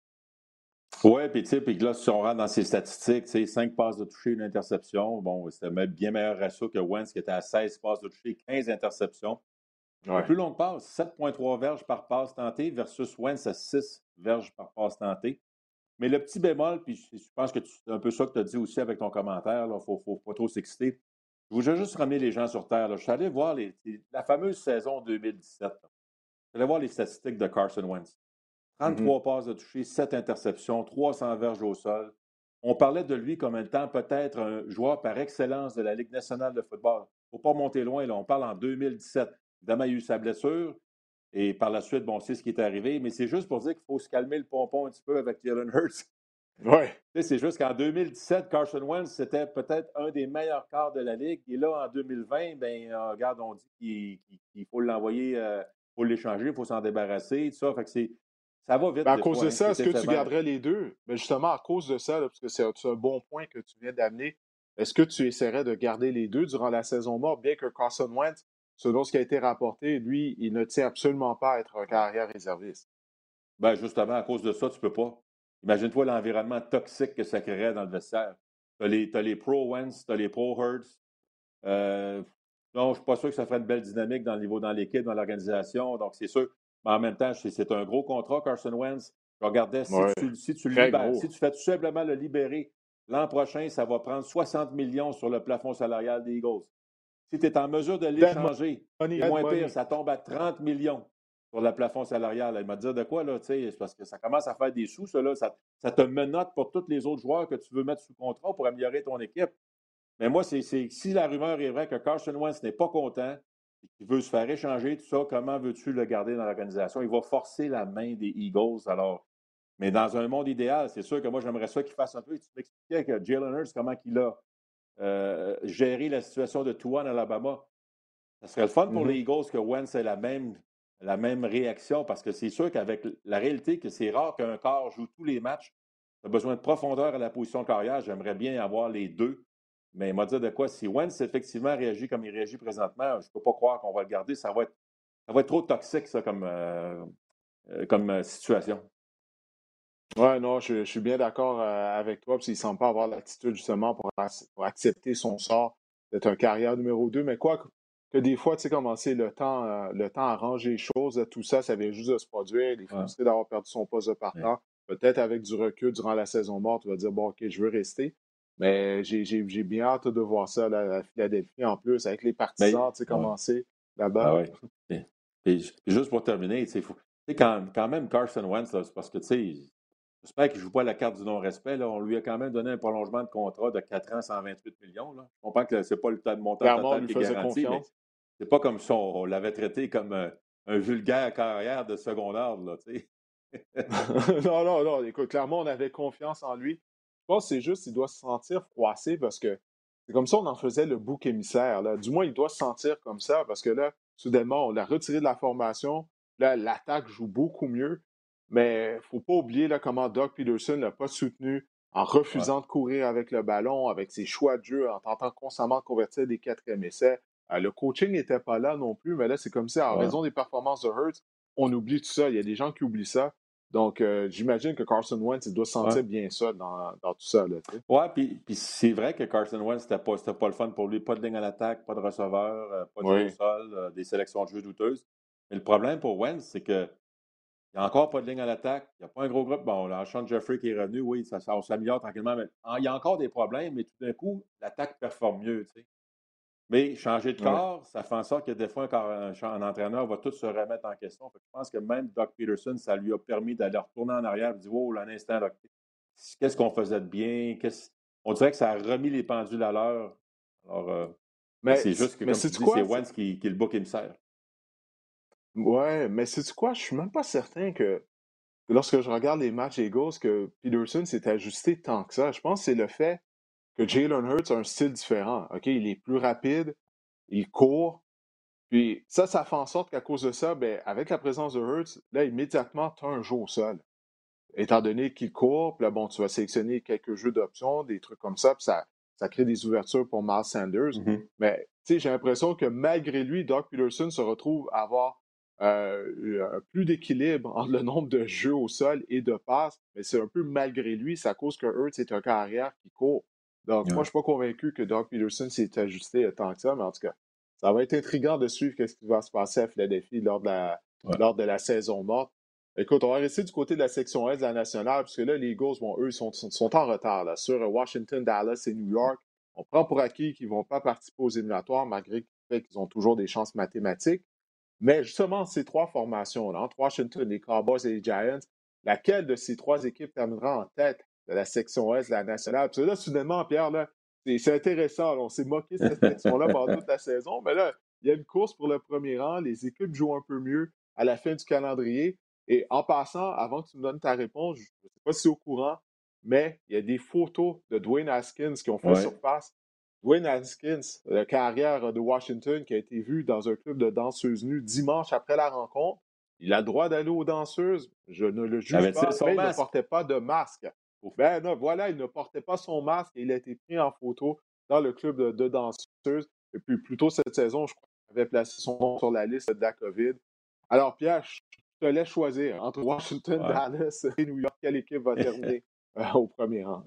Oui, puis tu sais, puis là, si on rentre dans ses statistiques, tu sais, cinq passes de toucher, une interception. Bon, c'était même bien meilleur ratio que Wentz, qui était à seize passes de toucher, quinze interceptions. Le Ouais. plus long de passe, sept virgule trois verges par passe tentée versus Wentz à six verges par passe tentée. Mais le petit bémol, puis je je pense que tu- c'est un peu ça que tu as dit aussi avec ton commentaire, il ne faut, faut pas trop s'exciter. Je voudrais juste ramener les gens sur Terre. Là. Je suis allé voir les, la fameuse saison deux mille dix-sept. Là. Je suis allé voir les statistiques de Carson Wentz. Mhm. trente-trois passes de toucher, sept interceptions, trois cents verges au sol. On parlait de lui comme étant peut-être un joueur par excellence de la Ligue nationale de football. Il ne faut pas monter loin, là. On parle en deux mille dix-sept. Évidemment, il y a eu sa blessure. Et par la suite, bon, on sait ce qui est arrivé. Mais c'est juste pour dire qu'il faut se calmer le pompon un petit peu avec Jalen Hurts. Ouais. Tu sais, c'est juste qu'en deux mille dix-sept, Carson Wentz, c'était peut-être un des meilleurs quarts de la Ligue. Et là, en deux mille vingt, ben, euh, regarde, on dit qu'il, qu'il- qu'il faut l'envoyer, euh, il faut l'échanger, il faut s'en débarrasser, tout ça. Fait que c'est, ça va vite Ben, à des cause fois, de hein, ça, c'est est-ce que tu éphémère. garderais les deux? Ben, justement, à cause de ça, là, parce que c'est un, c'est un bon point que tu viens d'amener, est-ce que tu essaierais de garder les deux durant la saison morte, bien que Carson Wentz, selon ce qui a été rapporté, lui, il ne tient absolument pas à être un carrière réserviste? Ben, justement, à cause de ça, tu peux pas. Imagine-toi l'environnement toxique que ça créerait dans le vestiaire. Tu as les, t'as les pro Wentz, tu as les pro Hurts. Euh, non, je ne suis pas sûr que ça ferait une belle dynamique dans le niveau, dans l'équipe, dans l'organisation. Donc, c'est sûr. Mais en même temps, c'est, c'est un gros contrat, Carson Wentz. Je regardais, si Ouais, tu, si tu le très libères, gros. si tu fais tout simplement le libérer, l'an prochain, ça va prendre soixante millions sur le plafond salarial des Eagles. Si tu es en mesure de Dead l'échanger, money, c'est dead moins pire, money. ça tombe à trente millions sur le plafond salarial. Elle m'a dit de quoi, là, tu sais, c'est parce que ça commence à faire des sous, ça, là, ça, ça te menotte pour tous les autres joueurs que tu veux mettre sous contrat pour améliorer ton équipe. Mais moi, c'est, c'est si la rumeur est vraie que Carson Wentz n'est pas content, il veut se faire échanger, tout ça, comment veux-tu le garder dans l'organisation? Il va forcer la main des Eagles. Alors, mais dans un monde idéal, c'est sûr que moi, j'aimerais ça qu'il fasse un peu. Tu m'expliquais que Jalen Hurts, comment il a euh, géré la situation de Tua en Alabama. Ça serait le fun pour les Mhm. Eagles que Wentz ait la même, la même réaction parce que c'est sûr qu'avec la réalité que c'est rare qu'un corps joue tous les matchs, tu as besoin de profondeur à la position de carrière. J'aimerais bien avoir les deux. Mais il m'a dit de quoi, si Wentz effectivement réagit comme il réagit présentement, je ne peux pas croire qu'on va le garder. Ça va être, ça va être trop toxique, ça, comme, euh, euh, comme euh, situation. Ouais, non, je, je suis bien d'accord euh, avec toi, parce qu'il ne semble pas avoir l'attitude justement pour, ac- pour accepter son sort d'être un carrière numéro deux. Mais quoi que, que des fois, tu sais comment c'est, le temps, euh, le temps arrange les choses, tout ça, ça vient juste de se produire. Il est Ouais. frustré d'avoir perdu son poste de Ouais. partant. Peut-être avec du recul durant la saison morte, tu vas dire, bon, OK, je veux rester. Mais j'ai j'ai- j'ai bien hâte de voir ça là, à Philadelphie en plus, avec les Mais, partisans, tu sais ouais. comment c'est Ah là-bas. ouais. Et, puis, puis juste pour terminer, tu sais, faut- tu sais, quand, quand même Carson Wentz, là, c'est parce que, tu sais, j'espère qu'il ne joue pas la carte du non-respect. Là. On lui a quand même donné un prolongement de contrat de quatre ans, cent vingt-huit millions. Là. Je comprends que ce n'est pas le to- montant Clairement, on total lui qui est faisait garanti, mais confiance. c'est pas comme si on, on l'avait traité comme un, un vulgaire carrière de second ordre. Là, tu sais. Non, non, non. Écoute, clairement, on avait confiance en lui. Je pense que c'est juste qu'il doit se sentir froissé parce que c'est comme ça on en faisait le bouc émissaire. Là. Du moins, il doit se sentir comme ça parce que là, soudainement, on l'a retiré de la formation. Là, l'attaque joue beaucoup mieux. Mais il ne faut pas oublier là, comment Doug Peterson l'a pas soutenu en Ouais. refusant de courir avec le ballon, avec ses choix de jeu, en tentant constamment de convertir des quatrième essais. Euh, le coaching n'était pas là non plus, mais là, c'est comme si, en Ouais. raison des performances de Hurts, on oublie tout ça. Il y a des gens qui oublient ça. Donc, euh, j'imagine que Carson Wentz il doit se Ouais. sentir bien seul dans, dans tout ça. Là, tu sais. Ouais, puis, puis c'est vrai que Carson Wentz, c'était pas, c'était pas le fun pour lui. Pas de ligne à l'attaque, pas de receveur, euh, pas de jeu au Oui. sol, euh, des sélections de jeu douteuses. Mais le problème pour Wentz, c'est que il n'y a encore pas de ligne à l'attaque. Il n'y a pas un gros groupe. Bon, là, Sean Jeffrey qui est revenu, oui, ça, ça on s'améliore tranquillement. Mais en- il y a encore des problèmes, mais tout d'un coup, l'attaque performe mieux. Tu sais. Mais changer de Ouais. corps, ça fait en sorte que des fois, quand un, un entraîneur va tout se remettre en question. Fait que je pense que même Doug Peterson, ça lui a permis d'aller retourner en arrière et dire wow, là, un instant, là, qu'est-ce qu'on faisait de bien? Qu'est-ce- On dirait que ça a remis les pendules à l'heure. Alors, euh, mais Mais, c'est juste que, mais comme tu c'est dis, c'est quoi? C'est- Wentz qui, qui est le bouc émissaire. Ouais, mais c'est quoi? Je suis même pas certain que, que lorsque je regarde les matchs Eagles, que Peterson s'est ajusté tant que ça. Je pense que c'est le fait que Jalen Hurts a un style différent. OK? Il est plus rapide, il court. Puis ça, ça fait en sorte qu'à cause de ça, ben, avec la présence de Hurts, là, immédiatement, tu as un jeu au sol. Étant donné qu'il court, puis là, bon, tu vas sélectionner quelques jeux d'options, des trucs comme ça, puis ça, ça crée des ouvertures pour Miles Sanders. Mhm. Mais, tu sais, j'ai l'impression que malgré lui, Doug Peterson se retrouve à avoir euh, plus d'équilibre entre le nombre de jeux au sol et de passes, mais c'est un peu malgré lui, c'est à cause que Hurts est un carrière qui court. Donc, moi, Ouais. je suis pas convaincu que Doug Peterson s'est ajusté tant que ça, mais en tout cas, ça va être intriguant de suivre ce qui va se passer à Philadelphie lors de la, Ouais. lors de la saison morte. Écoute, on va rester du côté de la section Est de la nationale, puisque là, les Eagles, bon, eux, sont, sont, sont en retard là, sur Washington, Dallas et New York. On prend pour acquis qu'ils ne vont pas participer aux éliminatoires, malgré le fait qu'ils ont toujours des chances mathématiques. Mais justement, ces trois formations-là, entre Washington, les Cowboys et les Giants, laquelle de ces trois équipes terminera en tête de la section Est de la nationale? Parce que là, soudainement, Pierre, là, c'est c'est intéressant. Là, on s'est moqué de cette section-là pendant toute la saison, mais là, il y a une course pour le premier rang. Les équipes jouent un peu mieux à la fin du calendrier. Et en passant, avant que tu me donnes ta réponse, je ne sais pas si c'est au courant, mais il y a des photos de Dwayne Haskins qui ont fait Ouais. surface. Dwayne Haskins, la carrière de Washington, qui a été vu dans un club de danseuses nues dimanche après la rencontre. Il a le droit d'aller aux danseuses, je ne le juge Avait-il pas, son mais il ne masque? portait pas de masque. Ben non, voilà, il ne portait pas son masque et il a été pris en photo dans le club de, de danseuses. Et puis, plus tôt cette saison, je crois qu'il avait placé son nom sur la liste de la COVID. Alors, Pierre, je te laisse choisir entre Washington, Ouais. Dallas et New York. Quelle équipe va terminer euh, au premier rang?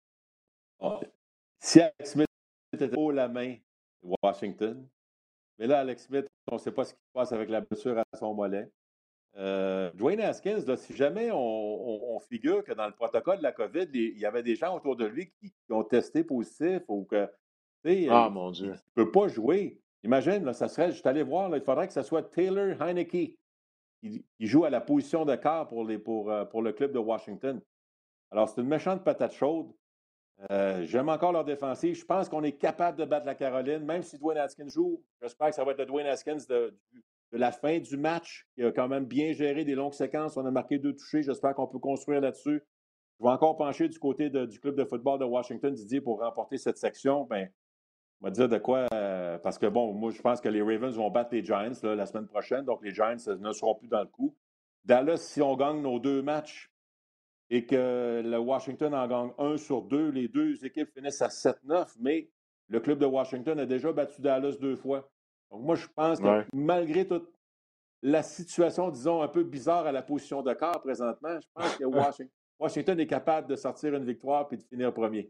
Ouais. Si Alex Smith était haut la main, Washington. Mais là, Alex Smith, on ne sait pas ce qui se passe avec la blessure à son mollet. Euh, Dwayne Haskins, là, si jamais on, on- on figure que dans le protocole de la COVID, les- il y avait des gens autour de lui qui, qui ont testé positif ou que, tu sais, Ah, il mon Dieu. ne peut pas jouer. Imagine, là, ça serait, je suis allé voir, là, il faudrait que ce soit Taylor Heineke qui, qui joue à la position de quart pour, les, pour, euh, pour le club de Washington. Alors, c'est une méchante patate chaude. Euh, j'aime encore leur défensive. Je pense qu'on est capable de battre la Caroline, même si Dwayne Haskins joue. J'espère que ça va être le Dwayne Haskins de, de la fin du match, qui a quand même bien géré des longues séquences. On a marqué deux touchés. J'espère qu'on peut construire là-dessus. Je vais encore pencher du côté de- du club de football de Washington, Didier, pour remporter cette section. Ben, on va dire de quoi, euh, parce que bon, moi, je pense que les Ravens vont battre les Giants là, la semaine prochaine, donc les Giants euh, ne seront plus dans le coup. Dallas, si on gagne nos deux matchs et que le Washington en gagne un sur deux, les deux équipes finissent à sept neuf, mais le club de Washington a déjà battu Dallas deux fois. Donc moi, je pense que Ouais. malgré toute la situation, disons, un peu bizarre à la position de quart présentement, je pense que Washington, Washington est capable de sortir une victoire et de finir premier.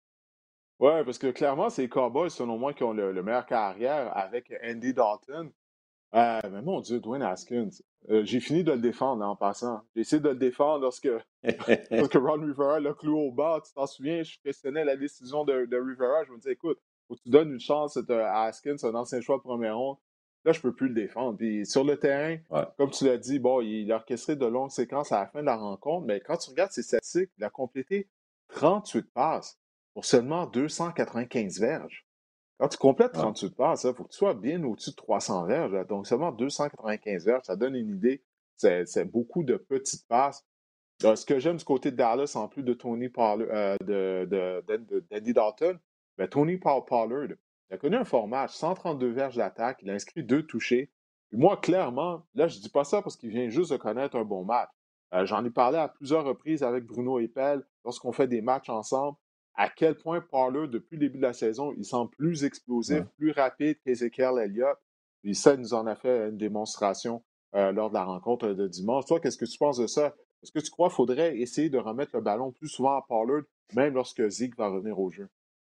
Ouais, parce que clairement, c'est les Cowboys, selon moi, qui ont le, le meilleur carrière avec Andy Dalton. Euh, mais mon Dieu, Dwayne Haskins. Euh, j'ai fini de le défendre en passant. J'ai essayé de le défendre lorsque, lorsque Ron Rivera l'a cloué au bas. Tu t'en souviens, je questionnais la décision de, de Rivera. Je me disais, écoute, faut que tu donnes une chance à Haskins, un ancien choix de première ronde. Là, je peux plus le défendre. Puis sur le terrain, Ouais. comme tu l'as dit, bon, il a orchestré de longues séquences à la fin de la rencontre, mais quand tu regardes ses statistiques, il a complété trente-huit passes pour seulement deux cent quatre-vingt-quinze verges. Quand tu complètes Ouais. trente-huit passes, il faut que tu sois bien au-dessus de trois cents verges. Là. Donc, seulement deux cent quatre-vingt-quinze verges, ça donne une idée. C'est, c'est beaucoup de petites passes. Euh, ce que j'aime du côté de Dallas, en plus de Tony Pollard, euh, de, de, de, de- d'Andy Dalton, ben, Tony Paul- Pollard, il a connu un fort match, cent trente-deux verges d'attaque, il a inscrit deux touchés. Puis moi, clairement, là, je dis pas ça parce qu'il vient juste de connaître un bon match. Euh, j'en ai parlé à plusieurs reprises avec Bruno Eppel lorsqu'on fait des matchs ensemble, à quel point Pollard, depuis le début de la saison, il semble plus explosif, Ouais. plus rapide qu'Ezekiel Elliott. Puis ça, il nous en a fait une démonstration euh, lors de la rencontre de dimanche. Toi, qu'est-ce que tu penses de ça? Est-ce que tu crois qu'il faudrait essayer de remettre le ballon plus souvent à Pollard, même lorsque Zeke va revenir au jeu?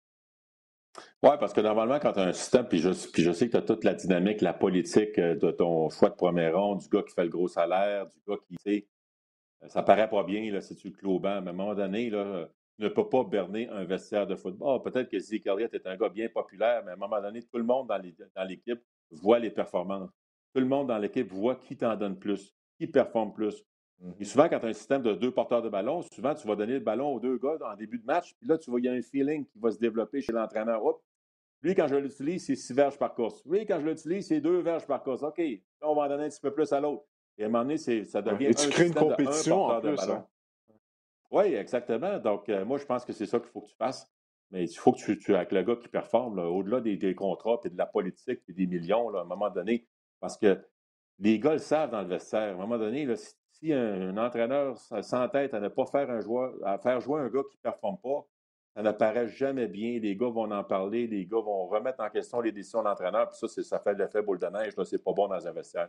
Oui, parce que normalement, quand tu as un système, puis je, puis je sais que tu as toute la dynamique, la politique euh, de ton choix de première ronde, du gars qui fait le gros salaire, du gars qui, tu sais, ça paraît pas bien là, si tu le clôt au banc, mais à un moment donné, là, tu ne peux pas berner un vestiaire de football. Peut-être que Zeke Elliott est un gars bien populaire, mais à un moment donné, tout le monde dans, les, dans l'équipe voit les performances. Tout le monde dans l'équipe voit qui t'en donne plus, qui performe plus. Et Mhm. souvent, quand tu as un système de deux porteurs de ballon, souvent, tu vas donner le ballon aux deux gars en début de match, puis là, tu vois, il y a un feeling qui va se développer chez l'entraîneur. Oups, lui, quand je l'utilise, c'est six verges par course. Lui, quand je l'utilise, c'est deux verges par course. OK, là, on va en donner un petit peu plus à l'autre. Et à un moment donné, c'est, ça Ouais. devient Et tu un crées une système de un compétition en porteur de plus, ballon. hein? Oui, exactement. Donc, euh, moi, je pense que c'est ça qu'il faut que tu fasses. Mais il faut que tu, tu avec le gars qui performe, là, au-delà des, des contrats, puis de la politique, puis des millions, là, à un moment donné. Parce que les gars le savent dans le vestiaire. À un moment donné, là, si, si un, un entraîneur s'entête à ne pas faire un joueur, à faire jouer un gars qui ne performe pas, ça ne paraît jamais bien. Les gars vont en parler, les gars vont remettre en question les décisions de l'entraîneur, puis ça, c'est, ça fait l'effet boule de neige. Là, c'est pas bon dans un vestiaire.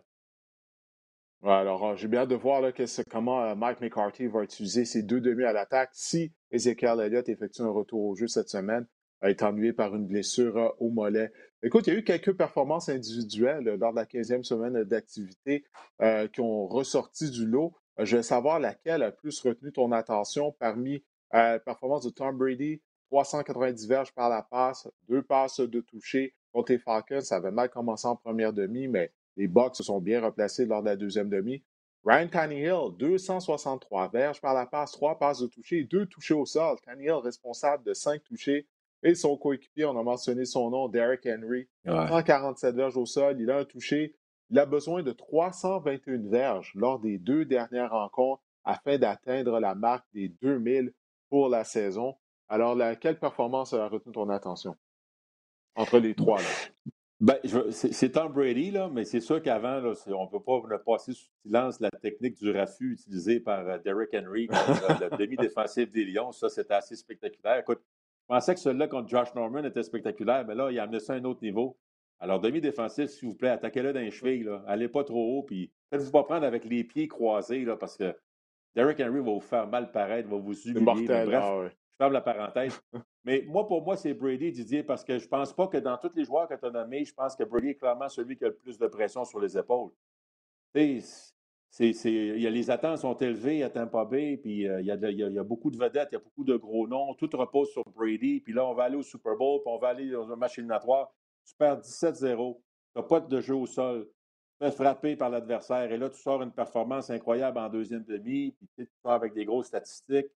Ouais, alors, euh, j'ai bien hâte de voir là, qu'est-ce- comment euh, Mike McCarthy va utiliser ses deux demi à l'attaque si Ezekiel Elliott effectue un retour au jeu cette semaine, a été ennuyé par une blessure euh, au mollet. Écoute, il y a eu quelques performances individuelles euh, lors de la quinzième semaine d'activité euh, qui ont ressorti du lot. Euh, je veux savoir laquelle a plus retenu ton attention parmi euh, les performances de Tom Brady, trois cent quatre-vingt-dix verges par la passe, deux passes de toucher contre les Falcons. Ça avait mal commencé en première demi, mais les Bucks se sont bien replacés lors de la deuxième demi. Ryan Tannehill, deux cent soixante-trois verges par la passe, trois passes de toucher, deux touchés au sol. Tannehill responsable de cinq touchés. Et son coéquipier, on a mentionné son nom, Derrick Henry, Ouais. cent quarante-sept verges au sol. Il a un touché. Il a besoin de trois cent vingt et un verges lors des deux dernières rencontres afin d'atteindre la marque des deux mille pour la saison. Alors, la, quelle performance a retenu ton attention entre les trois, là? Ben, je- c'est c'est Tom Brady, là, mais c'est sûr qu'avant, là, c'est- on ne peut pas ne passer sous silence la technique du raffut utilisée par euh, Derrick Henry contre euh, le demi-défensif des Lions. Ça, c'était assez spectaculaire. Écoute, je pensais que celui-là contre Josh Norman était spectaculaire, mais là, il a amené ça à un autre niveau. Alors, demi-défensif, s'il vous plaît, attaquez-le dans les chevilles. Là. Allez pas trop haut, puis faites-vous pas prendre avec les pieds croisés, là, parce que Derrick Henry va vous faire mal paraître, va vous C'est humilier. Mais mortel. bref, Ah ouais. je ferme la parenthèse. Mais moi, pour moi, c'est Brady, Didier, parce que je pense pas que dans tous les joueurs que tu as nommés, je pense que Brady est clairement celui qui a le plus de pression sur les épaules. Tu sais, c'est, c'est, il y a, les attentes sont élevées à Tampa Bay, puis euh, il, y a de- il y a- il y a beaucoup de vedettes, il y a beaucoup de gros noms, tout repose sur Brady, puis là, on va aller au Super Bowl, puis on va aller dans un match éliminatoire. Tu perds dix-sept zéro, tu n'as pas de jeu au sol, tu te fais frapper par l'adversaire, et là, tu sors une performance incroyable en deuxième demi, puis tu sais, tu sors avec des grosses statistiques.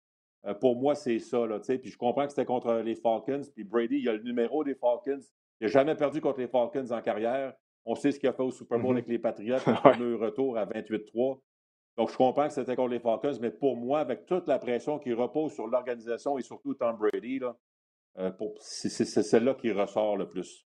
Euh, pour moi, c'est ça. Là, puis je comprends que c'était contre les Falcons. Puis Brady, il a le numéro des Falcons. Il n'a jamais perdu contre les Falcons en carrière. On sait ce qu'il a fait au Super Bowl Mhm. avec les Patriots, le Ouais. fameux retour à vingt-huit trois. Donc, je comprends que c'était contre les Falcons, mais pour moi, avec toute la pression qui repose sur l'organisation et surtout Tom Brady, là, euh, pour, c'est, c'est, c'est celle-là qui ressort le plus.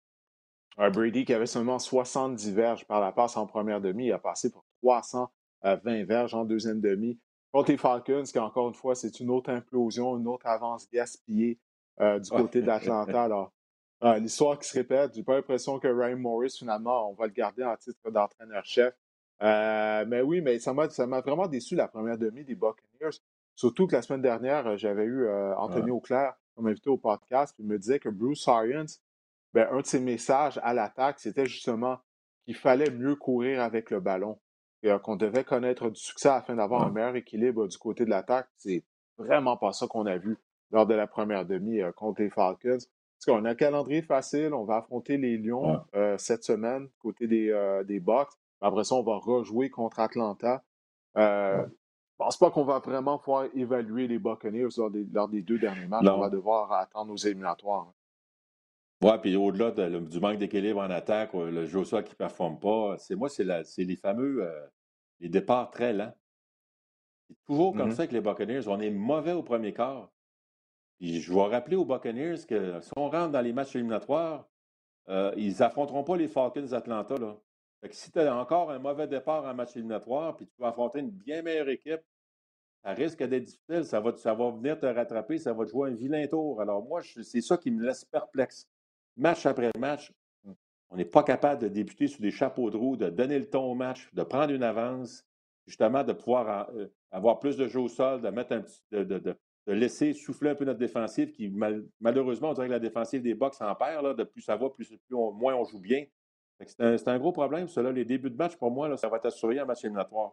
Un Brady qui avait seulement soixante-dix verges par la passe en première demi, il a passé pour trois cent vingt verges en deuxième demi. Contre les Falcons, qui encore une fois, c'est une autre implosion, une autre avance gaspillée euh, du côté d'Atlanta. Alors, euh, l'histoire qui se répète, j'ai pas l'impression que Ryan Morris, finalement, on va le garder en titre d'entraîneur-chef. Euh, mais oui, mais ça m'a, ça m'a vraiment déçu la première demi des Buccaneers. Surtout que la semaine dernière, j'avais eu euh, Anthony Ouais. Auclair comme invité au podcast, puis il me disait que Bruce Arians, ben, un de ses messages à l'attaque, c'était justement qu'il fallait mieux courir avec le ballon. Et, euh, qu'on devait connaître du succès afin d'avoir un Ouais. meilleur équilibre du côté de l'attaque. C'est vraiment pas ça qu'on a vu lors de la première demi euh, contre les Falcons. Parce qu'on a un calendrier facile, on va affronter les Lions Ouais. euh, cette semaine, côté des, euh, des Bucks. Après ça, on va rejouer contre Atlanta. Euh, Ouais. je pense pas qu'on va vraiment pouvoir évaluer les Buccaneers lors des, lors des deux derniers matchs. On va Non. devoir attendre nos éliminatoires. Ouais, puis au-delà de- le- du manque d'équilibre en attaque, ou le jeu au sol qui ne performe pas, c'est moi, c'est la, c'est les fameux euh, les départs très lents. C'est toujours comme Mhm. ça avec les Buccaneers. On est mauvais au premier quart. Puis je vais rappeler aux Buccaneers que si on rentre dans les matchs éliminatoires, euh, ils n'affronteront pas les Falcons d'Atlanta. Là. Fait que si tu as encore un mauvais départ en match éliminatoire, puis tu vas affronter une bien meilleure équipe, ça risque d'être difficile. Ça va, ça va venir te rattraper, ça va te jouer un vilain tour. Alors moi, je- c'est ça qui me laisse perplexe. Match après match, on n'est pas capable de débuter sur des chapeaux de roue, de donner le ton au match, de prendre une avance, justement de pouvoir euh, avoir plus de jeux au sol, de mettre un petit, de, de, de, de laisser souffler un peu notre défensive, qui mal, malheureusement, on dirait que la défensive des Bucks en perd, là, de plus ça va, plus, plus on, moins on joue bien. C'est un, c'est un gros problème, ça. Là. Les débuts de match, pour moi, là, ça va être assuré en match éliminatoire.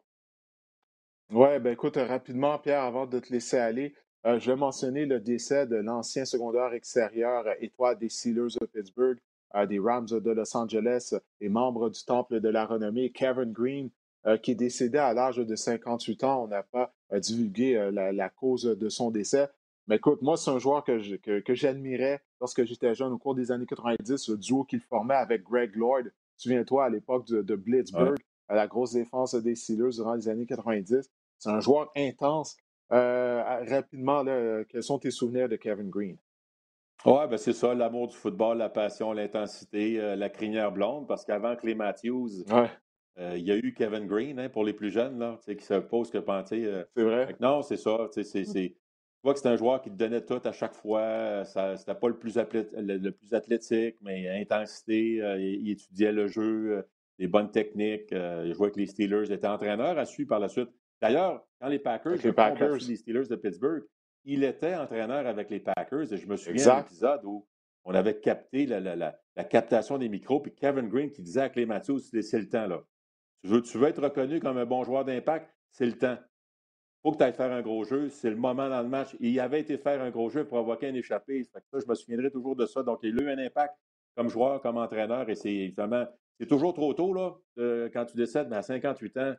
Ouais, ben écoute, euh, rapidement, Pierre, avant de te laisser aller, euh, je vais mentionner le décès de l'ancien secondaire extérieur euh, étoile des Steelers de Pittsburgh, euh, des Rams de Los Angeles euh, et membre du Temple de la renommée, Kevin Green, euh, qui est décédé à l'âge de cinquante-huit ans. On n'a pas euh, divulgué euh, la, la cause de son décès. Mais écoute, moi, c'est un joueur que, je- que, que j'admirais lorsque j'étais jeune au cours des années quatre-vingt-dix, le duo qu'il formait avec Greg Lloyd. Souviens-toi, à l'époque de, de Ouais. Blitzburgh, à la grosse défense des Steelers durant les années quatre-vingt-dix. C'est un joueur intense. Euh, rapidement, là, quels sont tes souvenirs de Kevin Green? Ouais, ben c'est ça, l'amour du football, la passion, l'intensité, euh, la crinière blonde, parce qu'avant Clay Matthews, Ouais, euh, il y a eu Kevin Green hein, pour les plus jeunes, là, tu sais, qui se posent que penser. Euh, c'est vrai. fait que non, c'est ça. tu sais, C'est, c'est, tu vois que c'est un joueur qui te donnait tout à chaque fois. euh, Ça, c'était pas le plus, athlé- le, le plus athlétique, mais intensité. euh, il, il étudiait le jeu, euh, les bonnes techniques. euh, il jouait avec les Steelers. Il était entraîneur à suivre par la suite. D'ailleurs, quand les Packers, Avec je les crois, ont battu Packers. les Steelers de Pittsburgh, il était entraîneur avec les Packers. Et je me souviens d'un Exact. épisode où on avait capté la, la, la, la captation des micros, puis Kevin Green qui disait à Clay Matthews, c'est le temps, là. Tu veux, tu veux être reconnu comme un bon joueur d'impact, c'est le temps. Il faut que tu ailles faire un gros jeu, c'est le moment dans le match. Et il avait été faire un gros jeu pour provoquer un échappé. Fait que ça, je me souviendrai toujours de ça. Donc, il a eu un impact comme joueur, comme entraîneur. Et c'est évidemment, c'est toujours trop tôt, là, euh, quand tu décèdes, mais à cinquante-huit ans,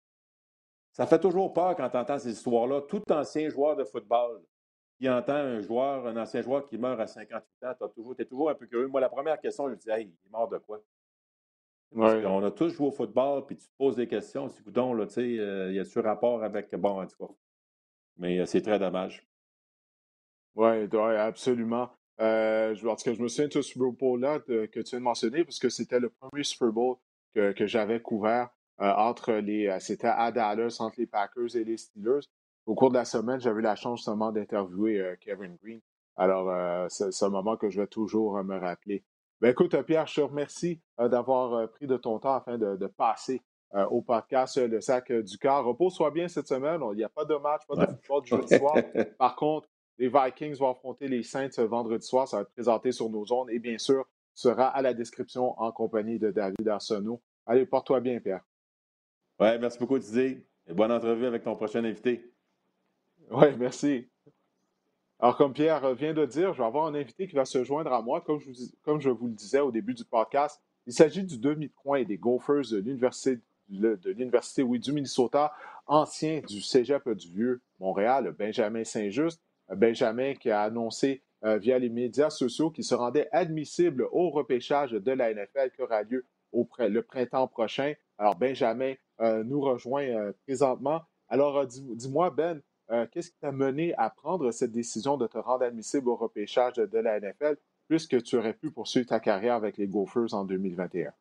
ça fait toujours peur quand tu entends ces histoires-là. Tout ancien joueur de football qui entend un joueur, un ancien joueur qui meurt à cinquante-huit ans, tu es toujours, toujours un peu curieux. Moi, la première question, je me dis, hey, il est mort de quoi? Parce Ouais. qu'on a tous joué au football, puis tu te poses des questions. Tu dis, coudonc, là, tu sais, euh, y a-tu rapport avec. Bon, en tout cas. Mais euh, c'est très dommage. Oui, ouais, absolument. Euh, je, en tout cas, je me souviens de ce Super Bowl-là de- que tu viens de mentionner parce que c'était le premier Super Bowl que, que j'avais couvert euh, entre les. euh, C'était à Dallas, entre les Packers et les Steelers. Au cours de la semaine, j'avais eu la chance justement d'interviewer euh, Kevin Green. Alors, euh, c'est c'est un moment que je vais toujours euh, me rappeler. Ben, écoute, euh, Pierre, je te remercie euh, d'avoir euh, pris de ton temps afin de, de passer euh, au podcast euh, Le Sac euh, du Cœur. Repose-toi bien cette semaine. Il n'y a pas de match, pas de Ouais. football du jeudi soir. Par contre, les Vikings vont affronter les Saints ce vendredi soir. Ça va être présenté sur nos zones et bien sûr, sera à la description en compagnie de David Arsenault. Allez, porte-toi bien, Pierre. Ouais, merci beaucoup, Didier. Et bonne entrevue avec ton prochain invité. Oui, merci. Alors, comme Pierre vient de dire, je vais avoir un invité qui va se joindre à moi. Comme je vous, comme je vous le disais au début du podcast, il s'agit du demi de coin des Gophers de l'Université le- de l'Université, oui, du Minnesota, ancien du Cégep du Vieux-Montréal, Benjamin Saint-Just. Benjamin qui a annoncé euh, via les médias sociaux qu'il se rendait admissible au repêchage de la N F L qui aura lieu au, pr- le printemps prochain. Alors, Benjamin euh, nous rejoint euh, présentement. Alors, euh, dis- dis-moi, Ben, euh, qu'est-ce qui t'a mené à prendre cette décision de te rendre admissible au repêchage de, de la N F L, puisque tu aurais pu poursuivre ta carrière avec les Gophers en deux mille vingt et un?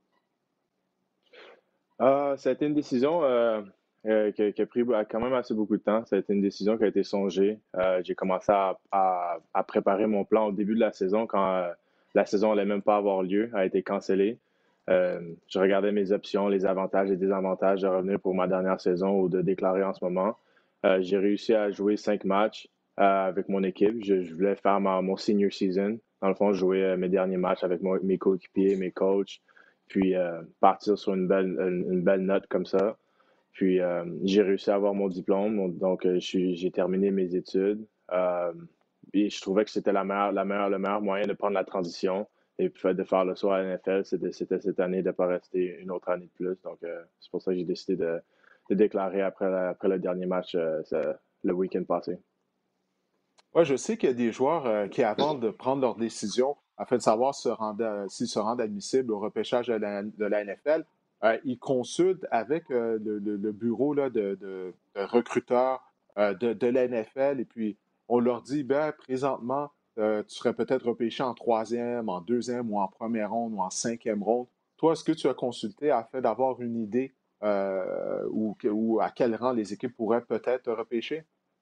Ah, ça a été une décision euh, euh, qui, a qui a pris euh, quand même assez beaucoup de temps. Ça a été une décision qui a été songée. Euh, j'ai commencé à, à- à préparer mon plan au début de la saison quand euh, la saison n'allait même pas avoir lieu, a été cancellée. Euh, je regardais mes options, les avantages et désavantages de revenir pour ma dernière saison ou de déclarer en ce moment. Euh, j'ai réussi à jouer cinq matchs euh, avec mon équipe. Je, je voulais faire ma- mon senior season. Dans le fond, jouer euh, mes derniers matchs avec mon- mes coéquipiers, mes coachs, puis euh, partir sur une belle, une, une belle note comme ça. Puis euh, j'ai réussi à avoir mon diplôme, donc euh, je suis- j'ai terminé mes études. Euh, et je trouvais que c'était la meilleure, la meilleure, le meilleur moyen de prendre la transition et puis de faire le saut à la N F L. C'était, c'était cette année de ne pas rester une autre année de plus. Donc euh, c'est pour ça que j'ai décidé de, de déclarer après, la- après le dernier match euh, ça- le week-end passé. Ouais, je sais qu'il y a des joueurs euh, qui, avant de prendre leur décision, afin de savoir se rendre, euh, s'ils se rendent admissibles au repêchage de la, de la N F L, euh, ils consultent avec euh, le, le- le bureau là, de, de- de recruteurs euh, de, de la N F L. Et puis, on leur dit, ben, présentement, euh, tu serais peut-être repêché en troisième, en deuxième ou en première ronde ou en cinquième ronde. Toi, est-ce que tu as consulté afin d'avoir une idée euh, ou, ou à quel rang les équipes pourraient peut-être te repêcher?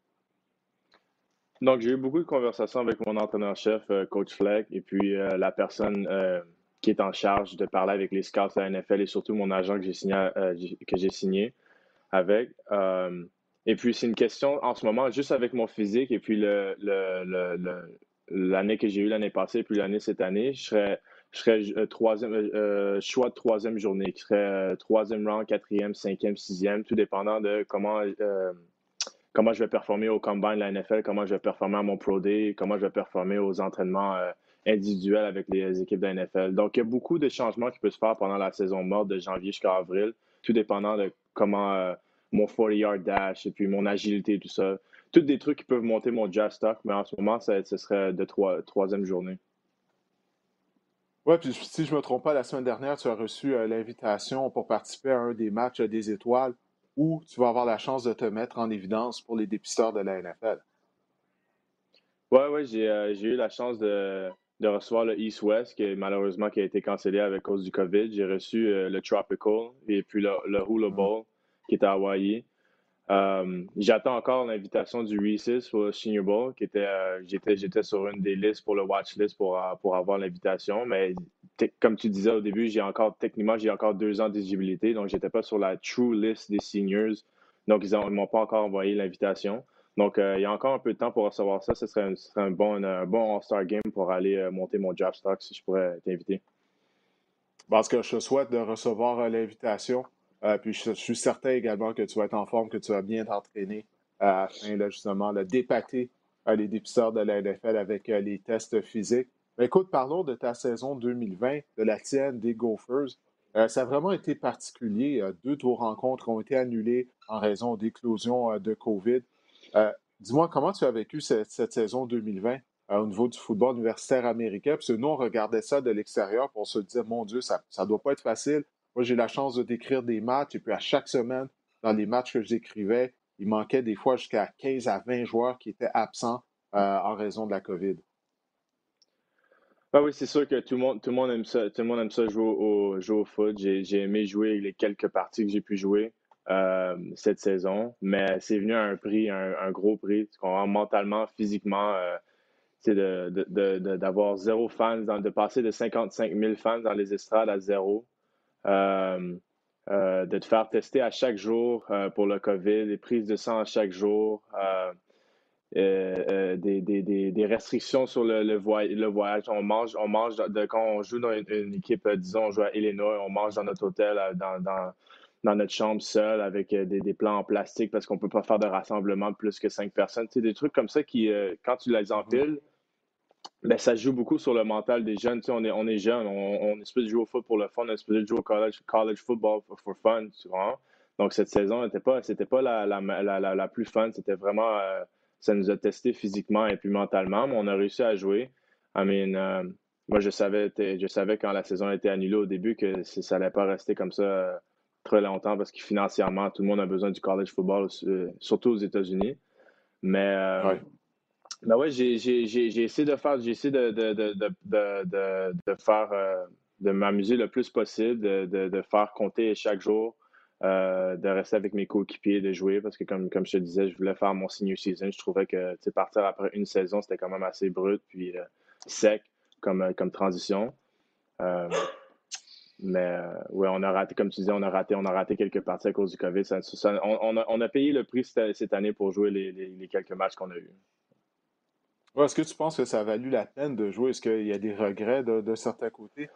Donc, j'ai eu beaucoup de conversations avec mon entraîneur-chef, euh, Coach Fleck, et puis euh, la personne euh, qui est en charge de parler avec les scouts de la N F L et surtout mon agent que j'ai signé, euh, j- que j'ai signé avec. Euh, et puis, c'est une question en ce moment, juste avec mon physique et puis le, le- le- le- l'année que j'ai eue l'année passée et puis l'année cette année, je serais, je serais euh, troisième, euh, euh, choix de troisième journée, qui serait euh, troisième round, quatrième, cinquième, sixième, tout dépendant de comment. euh, comment je vais performer au combine de la N F L, comment je vais performer à mon Pro Day, comment je vais performer aux entraînements euh, individuels avec les équipes de la N F L. Donc, il y a beaucoup de changements qui peuvent se faire pendant la saison morte de janvier jusqu'à avril, tout dépendant de comment euh, mon forty-yard dash et puis mon agilité et tout ça. Tous des trucs qui peuvent monter mon draft stock, mais en ce moment, ça, ce serait de trois, troisième journée. Oui, puis si je ne me trompe pas, la semaine dernière, tu as reçu euh, l'invitation pour participer à un des matchs euh, des étoiles où tu vas avoir la chance de te mettre en évidence pour les dépisteurs de la N F L. Oui, oui, j'ai euh, j'ai eu la chance de, de recevoir le East-West, qui malheureusement qui a été cancellé à cause du COVID. J'ai reçu euh, le Tropical et puis le, le Hula Hmm. Bowl, qui était à Hawaii. Euh, j'attends encore l'invitation du Reese's pour le Senior Bowl, qui était, euh, j'étais, j'étais sur une des listes pour le watch list pour, euh, pour avoir l'invitation. Mais te- comme tu disais au début, j'ai encore, techniquement, j'ai encore deux ans d'éligibilité, donc j'étais pas sur la true list des seniors. Donc, ils ne m'ont pas encore envoyé l'invitation. Donc, euh, il y a encore un peu de temps pour recevoir ça. Ce serait un, ce serait un bon, un bon All-Star Game pour aller euh, monter mon draft stock si je pourrais t'inviter. Parce que je te souhaite de recevoir euh, l'invitation. Euh, puis je, je suis certain également que tu vas être en forme, que tu vas bien t'entraîner euh, afin là, justement de d'épater euh, les dépisteurs de la N F L avec euh, les tests physiques. Mais écoute, parlons de ta saison deux mille vingt, de la tienne, des Gophers. Euh, ça a vraiment été particulier. Euh, deux de vos rencontres ont été annulées en raison d'éclosion euh, de COVID. Euh, Dis-moi, comment tu as vécu cette, cette saison deux mille vingt euh, au niveau du football universitaire américain? Parce que nous, on regardait ça de l'extérieur pour se dire, mon Dieu, ça ne doit pas être facile. Moi, j'ai la chance de décrire des matchs et puis à chaque semaine, dans les matchs que j'écrivais, il manquait des fois jusqu'à quinze à vingt joueurs qui étaient absents euh, en raison de la COVID. Ah oui, c'est sûr que tout le monde, tout le monde aime ça. Tout le monde aime ça jouer au, jouer au foot. J'ai, j'ai aimé jouer les quelques parties que j'ai pu jouer euh, cette saison, mais c'est venu à un prix, un, un gros prix. Tu comprends, mentalement, physiquement, euh, c'est de, de, de- de- d'avoir zéro fans, dans- de passer de cinquante-cinq mille fans dans les estrades à zéro. Euh, euh, de te faire tester à chaque jour euh, pour le COVID, des prises de sang à chaque jour. Euh, euh, euh, des, des, des, des restrictions sur le, le, voy- le voyage. On mange, on mange de, quand on joue dans une, une équipe, euh, disons, on joue à Illinois, on mange dans notre hôtel, euh, dans, dans, dans notre chambre seule avec euh, des, des plans en plastique parce qu'on ne peut pas faire de rassemblement de plus que cinq personnes. Tu sais, des trucs comme ça qui, euh, quand tu les Mhm. empiles, Ben, ça joue beaucoup sur le mental des jeunes. Tu sais, on est, on est jeunes, on, on est supposé jouer au foot pour le fun, on est supposé jouer au college, college football for, for fun, tu vois. Donc, cette saison n'était pas, c'était pas la, la, la, la, la plus fun. C'était vraiment, euh, ça nous a testé physiquement et puis mentalement, mais on a réussi à jouer. I mean, euh, moi, je savais, je savais quand la saison a été annulée au début que ça n'allait pas rester comme ça euh, très longtemps parce que financièrement, tout le monde a besoin du college football, euh, surtout aux États-Unis. Mais, euh, Ouais. ben ouais, j'ai, j'ai, j'ai, j'ai essayé de faire, j'ai essayé de, de, de, de, de, de, de faire, euh, de m'amuser le plus possible, de, de, de faire compter chaque jour, euh, de rester avec mes coéquipiers, de jouer, parce que comme, comme je te disais, je voulais faire mon senior season. Je trouvais que, tu sais, partir après une saison, c'était quand même assez brut, puis euh, sec comme, euh, comme transition. Euh, mais euh, ouais, on a raté, comme tu disais, on a raté, on a raté quelques parties à cause du COVID. Ça, ça- on, on a, on a payé le prix cette, cette année pour jouer les, les, les quelques matchs qu'on a eus. Ouais, est-ce que tu penses que ça a valu la peine de jouer? Est-ce qu'il y a des regrets de, de certains côtés?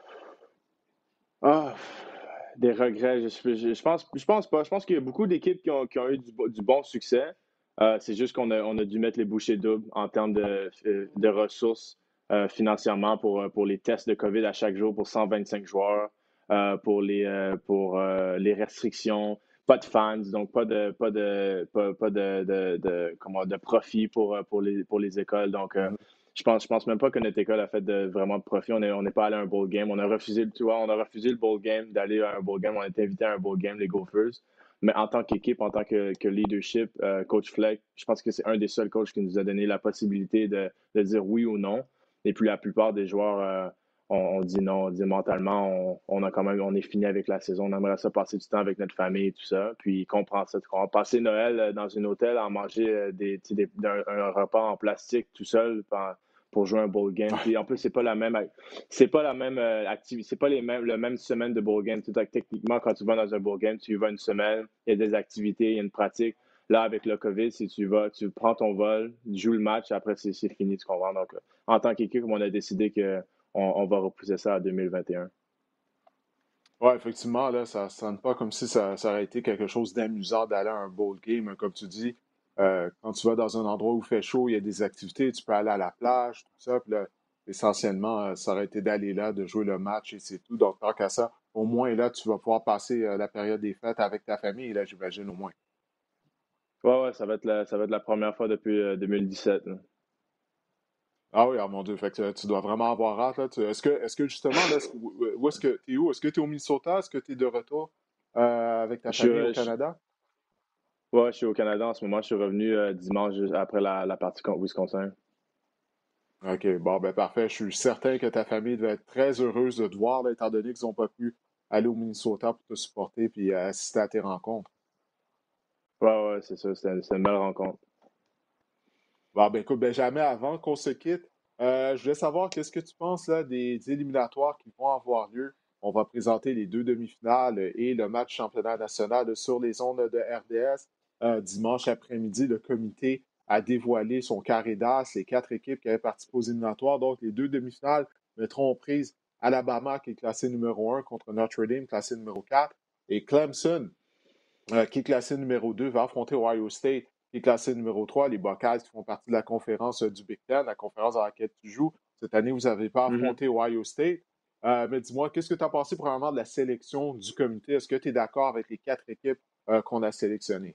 Ah, des regrets, je, je, je pense, je pense pas. Je pense qu'il y a beaucoup d'équipes qui ont, qui ont eu du, bo- du bon succès. Euh, c'est juste qu'on a, on a dû mettre les bouchées doubles en termes de, euh, de ressources euh, financièrement pour, euh, pour les tests de COVID à chaque jour pour cent vingt-cinq joueurs, euh, pour les, euh, pour euh, les restrictions, pas de fans, donc pas de, pas de, pas, pas de, de, de, comment, de profit pour, euh, pour, les, pour les écoles. Donc, euh, Mhm. je pense, je pense même pas que notre école a fait de, vraiment de profit. On n'est on n'est pas allé à un bowl game. On a refusé, tu vois, on a refusé le bowl game, d'aller à un bowl game. On a été invité à un bowl game, les Gophers. Mais en tant qu'équipe, en tant que, que leadership, euh, coach Fleck, je pense que c'est un des seuls coachs qui nous a donné la possibilité de, de dire oui ou non. Et puis la plupart des joueurs euh, on, on dit non, on dit mentalement, on, on a quand même, on est fini avec la saison. On aimerait ça passer du temps avec notre famille et tout ça. Puis comprend ça. On va passer Noël euh, dans un hôtel à manger euh, des, tu sais, des- un, un repas en plastique tout seul pendant- pour jouer un bowl game. Ouais. Puis en plus, c'est pas la même, c'est pas la même euh, activité, c'est pas les mêmes, la même semaine de bowl game. Tu sais, techniquement, quand tu vas dans un bowl game, tu y vas une semaine, il y a des activités, il y a une pratique. Là, avec le COVID, si tu vas, tu prends ton vol, tu joues le match, après c'est c'est fini, tu comprends. Donc, euh, en tant qu'équipe, on a décidé que on, on va repousser ça à deux mille vingt et un. Ouais, effectivement, là, ça ne sonne pas comme si ça, ça aurait été quelque chose d'amusant d'aller à un bowl game, hein, comme tu dis. Euh, quand tu vas dans un endroit où il fait chaud, il y a des activités, tu peux aller à la plage, tout ça. Puis là, essentiellement, euh, ça aurait été d'aller là, de jouer le match et c'est tout. Donc, tant qu'à ça, au moins là, tu vas pouvoir passer euh, la période des fêtes avec ta famille, là, j'imagine, au moins. Ouais, ouais, ça va être la, ça va être la première fois depuis euh, deux mille dix-sept, là. Ah oui, ah mon Dieu, fait que euh, tu dois vraiment avoir hâte, là. Tu- Est-ce que, est-ce que justement, là, est-ce que- où où est-ce que t'es où? Est-ce que tu es au Minnesota? Est-ce que tu es de retour euh, avec ta Je suis, famille au euh, je- Canada? ouais, je suis au Canada en ce moment. Je suis revenu euh, dimanche juste après la, la partie contre Wisconsin. OK, bon, ben parfait. Je suis certain que ta famille devait être très heureuse de te voir, là, étant donné qu'ils n'ont pas pu aller au Minnesota pour te supporter puis euh, assister à tes rencontres. Ouais, ouais, c'est ça. C'était c'était une belle rencontre. Bon, ben écoute, ben jamais avant qu'on se quitte, euh, je voulais savoir qu'est-ce que tu penses là, des éliminatoires qui vont avoir lieu. On va présenter les deux demi-finales et le match championnat national sur les ondes de R D S. Euh, dimanche après-midi, le comité a dévoilé son carré d'as, les quatre équipes qui avaient participé aux éliminatoires. Donc, les deux demi-finales mettront en prise Alabama, qui est classé numéro un, contre Notre Dame, classé numéro quatre. Et Clemson, euh, qui est classé numéro deux, va affronter Ohio State, qui est classé numéro trois. Les Buckeyes qui font partie de la conférence euh, du Big Ten, la conférence dans laquelle tu joues. Cette année, vous n'avez pas Mhm. affronté Ohio State. Euh, mais dis-moi, qu'est-ce que tu as pensé premièrement de la sélection du comité? Est-ce que tu es d'accord avec les quatre équipes euh, qu'on a sélectionnées?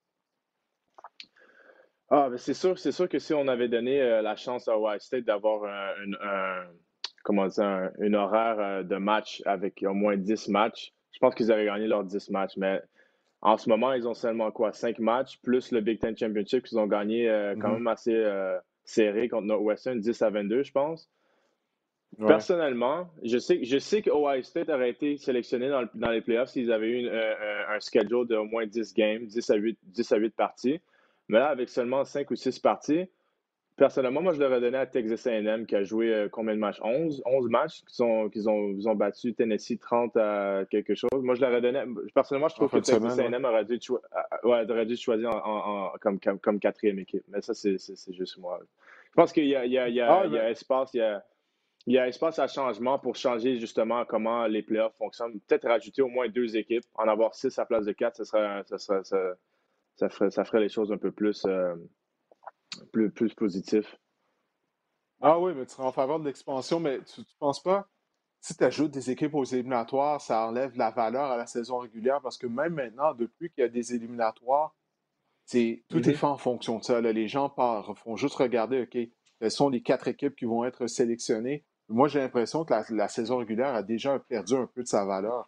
Ah, ben c'est sûr, c'est sûr que si on avait donné euh, la chance à Ohio State d'avoir un, un- un- comment dire, un, une horaire euh, de match avec au moins dix matchs, je pense qu'ils auraient gagné leurs dix matchs. Mais en ce moment, ils ont seulement quoi, cinq matchs, plus le Big Ten Championship qu'ils ont gagné euh, quand Mhm. même assez euh, serré contre Northwestern, dix à vingt-deux, je pense. Ouais. Personnellement, je sais, je sais que Ohio State aurait été sélectionné dans, le- dans les playoffs s'ils avaient eu une- un, un- un schedule de au moins dix games, dix à huit, dix à huit parties. Mais là, avec seulement cinq ou six parties, personnellement, moi, je l'aurais donné à Texas A and M qui a joué euh, combien de matchs? onze, onze matchs qu'ils ont, qu'ils ont, ils ont battu Tennessee trente à quelque chose. Moi, je l'aurais donné. Personnellement, je En trouve que fin de Texas semaine, ouais. A and M aurait dû, être cho- euh, ouais, aurait dû choisir en- en- en- comme, comme, comme quatrième équipe. Mais ça, c'est c'est- c'est juste moi. Je pense qu'il y a, il y a, il y Ah, a, ouais, il y mais a espace, il y a, il y a espace à changement pour changer justement comment les playoffs fonctionnent. Peut-être rajouter au moins deux équipes, en avoir six à la place de quatre, ça, serait, ça, serait, ça, ça ferait, ça ferait les choses un peu plus, euh, plus, plus positif. Ah oui, mais tu seras en faveur de l'expansion, mais tu ne penses pas, si tu ajoutes des équipes aux éliminatoires, ça enlève de la valeur à la saison régulière parce que même maintenant, depuis qu'il y a des éliminatoires, c'est, tout est Mhm. fait en fonction de ça, là. Les gens partent, font juste regarder, OK, quelles sont les quatre équipes qui vont être sélectionnées. Moi, j'ai l'impression que la, la saison régulière a déjà perdu un peu de sa valeur.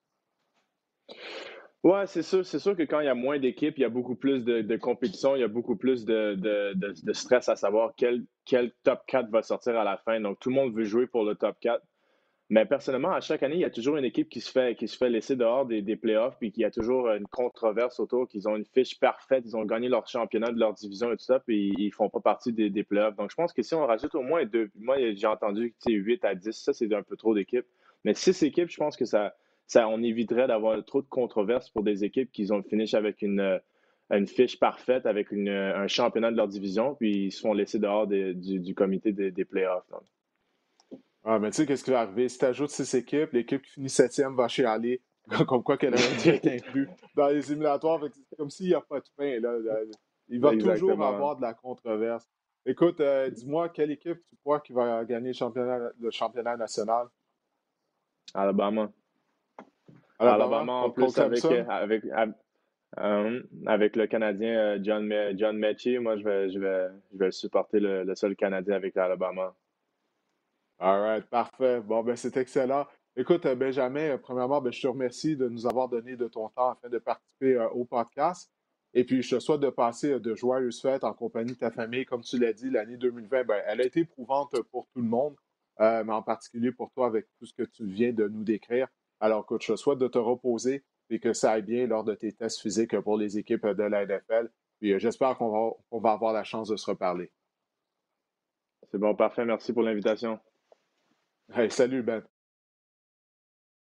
Ouais, c'est sûr, c'est sûr que quand il y a moins d'équipes, il y a beaucoup plus de, de compétition, il y a beaucoup plus de, de, de, de stress à savoir quel, quel top quatre va sortir à la fin. Donc, tout le monde veut jouer pour le top quatre. Mais personnellement, à chaque année, il y a toujours une équipe qui se fait, qui se fait laisser dehors des, des playoffs, puis qu'il y a toujours une controverse autour, qu'ils ont une fiche parfaite, ils ont gagné leur championnat de leur division et tout ça, puis ils ne font pas partie des, des playoffs. Donc, je pense que si on rajoute au moins deux, moi, j'ai entendu que huit à dix, ça, c'est un peu trop d'équipes. Mais six équipes, je pense que ça, ça on éviterait d'avoir trop de controverses pour des équipes qui ont le finish avec une, une fiche parfaite, avec une, un championnat de leur division, puis ils se font laisser dehors des- du, du comité des, des playoffs. Donc. Ah, mais tu sais, qu'est-ce qui va arriver? Si tu ajoutes six équipes, l'équipe qui finit septième va chialer, comme quoi qu'elle aurait dû être inclue dans les éliminatoires. Fait que c'est comme s'il n'y a pas de fin, là. Là. Il va toujours Exactement. avoir de la controverse. Écoute, euh, dis-moi, quelle équipe tu crois qui va gagner le championnat, le championnat national? Alabama. Alabama, Alabama, en contre, plus, contre avec, Clemson? avec, euh, avec le Canadien euh, John, Me- John Mechie, moi, je vais, je vais, je vais supporter le, le seul Canadien avec Alabama. All right, parfait. Bon, ben c'est excellent. Écoute, euh, Benjamin, euh, premièrement, ben, je te remercie de nous avoir donné de ton temps afin de participer euh, au podcast. Et puis, je te souhaite de passer euh, de joyeuses fêtes en compagnie de ta famille. Comme tu l'as dit, l'année deux mille vingt, ben, elle a été éprouvante pour tout le monde, euh, mais en particulier pour toi avec tout ce que tu viens de nous décrire. Alors, écoute, je te souhaite de te reposer et que ça aille bien lors de tes tests physiques pour les équipes de la N F L. Puis, euh, j'espère qu'on va, qu'on va avoir la chance de se reparler. C'est bon, parfait. Merci pour l'invitation. Hey, salut, Ben.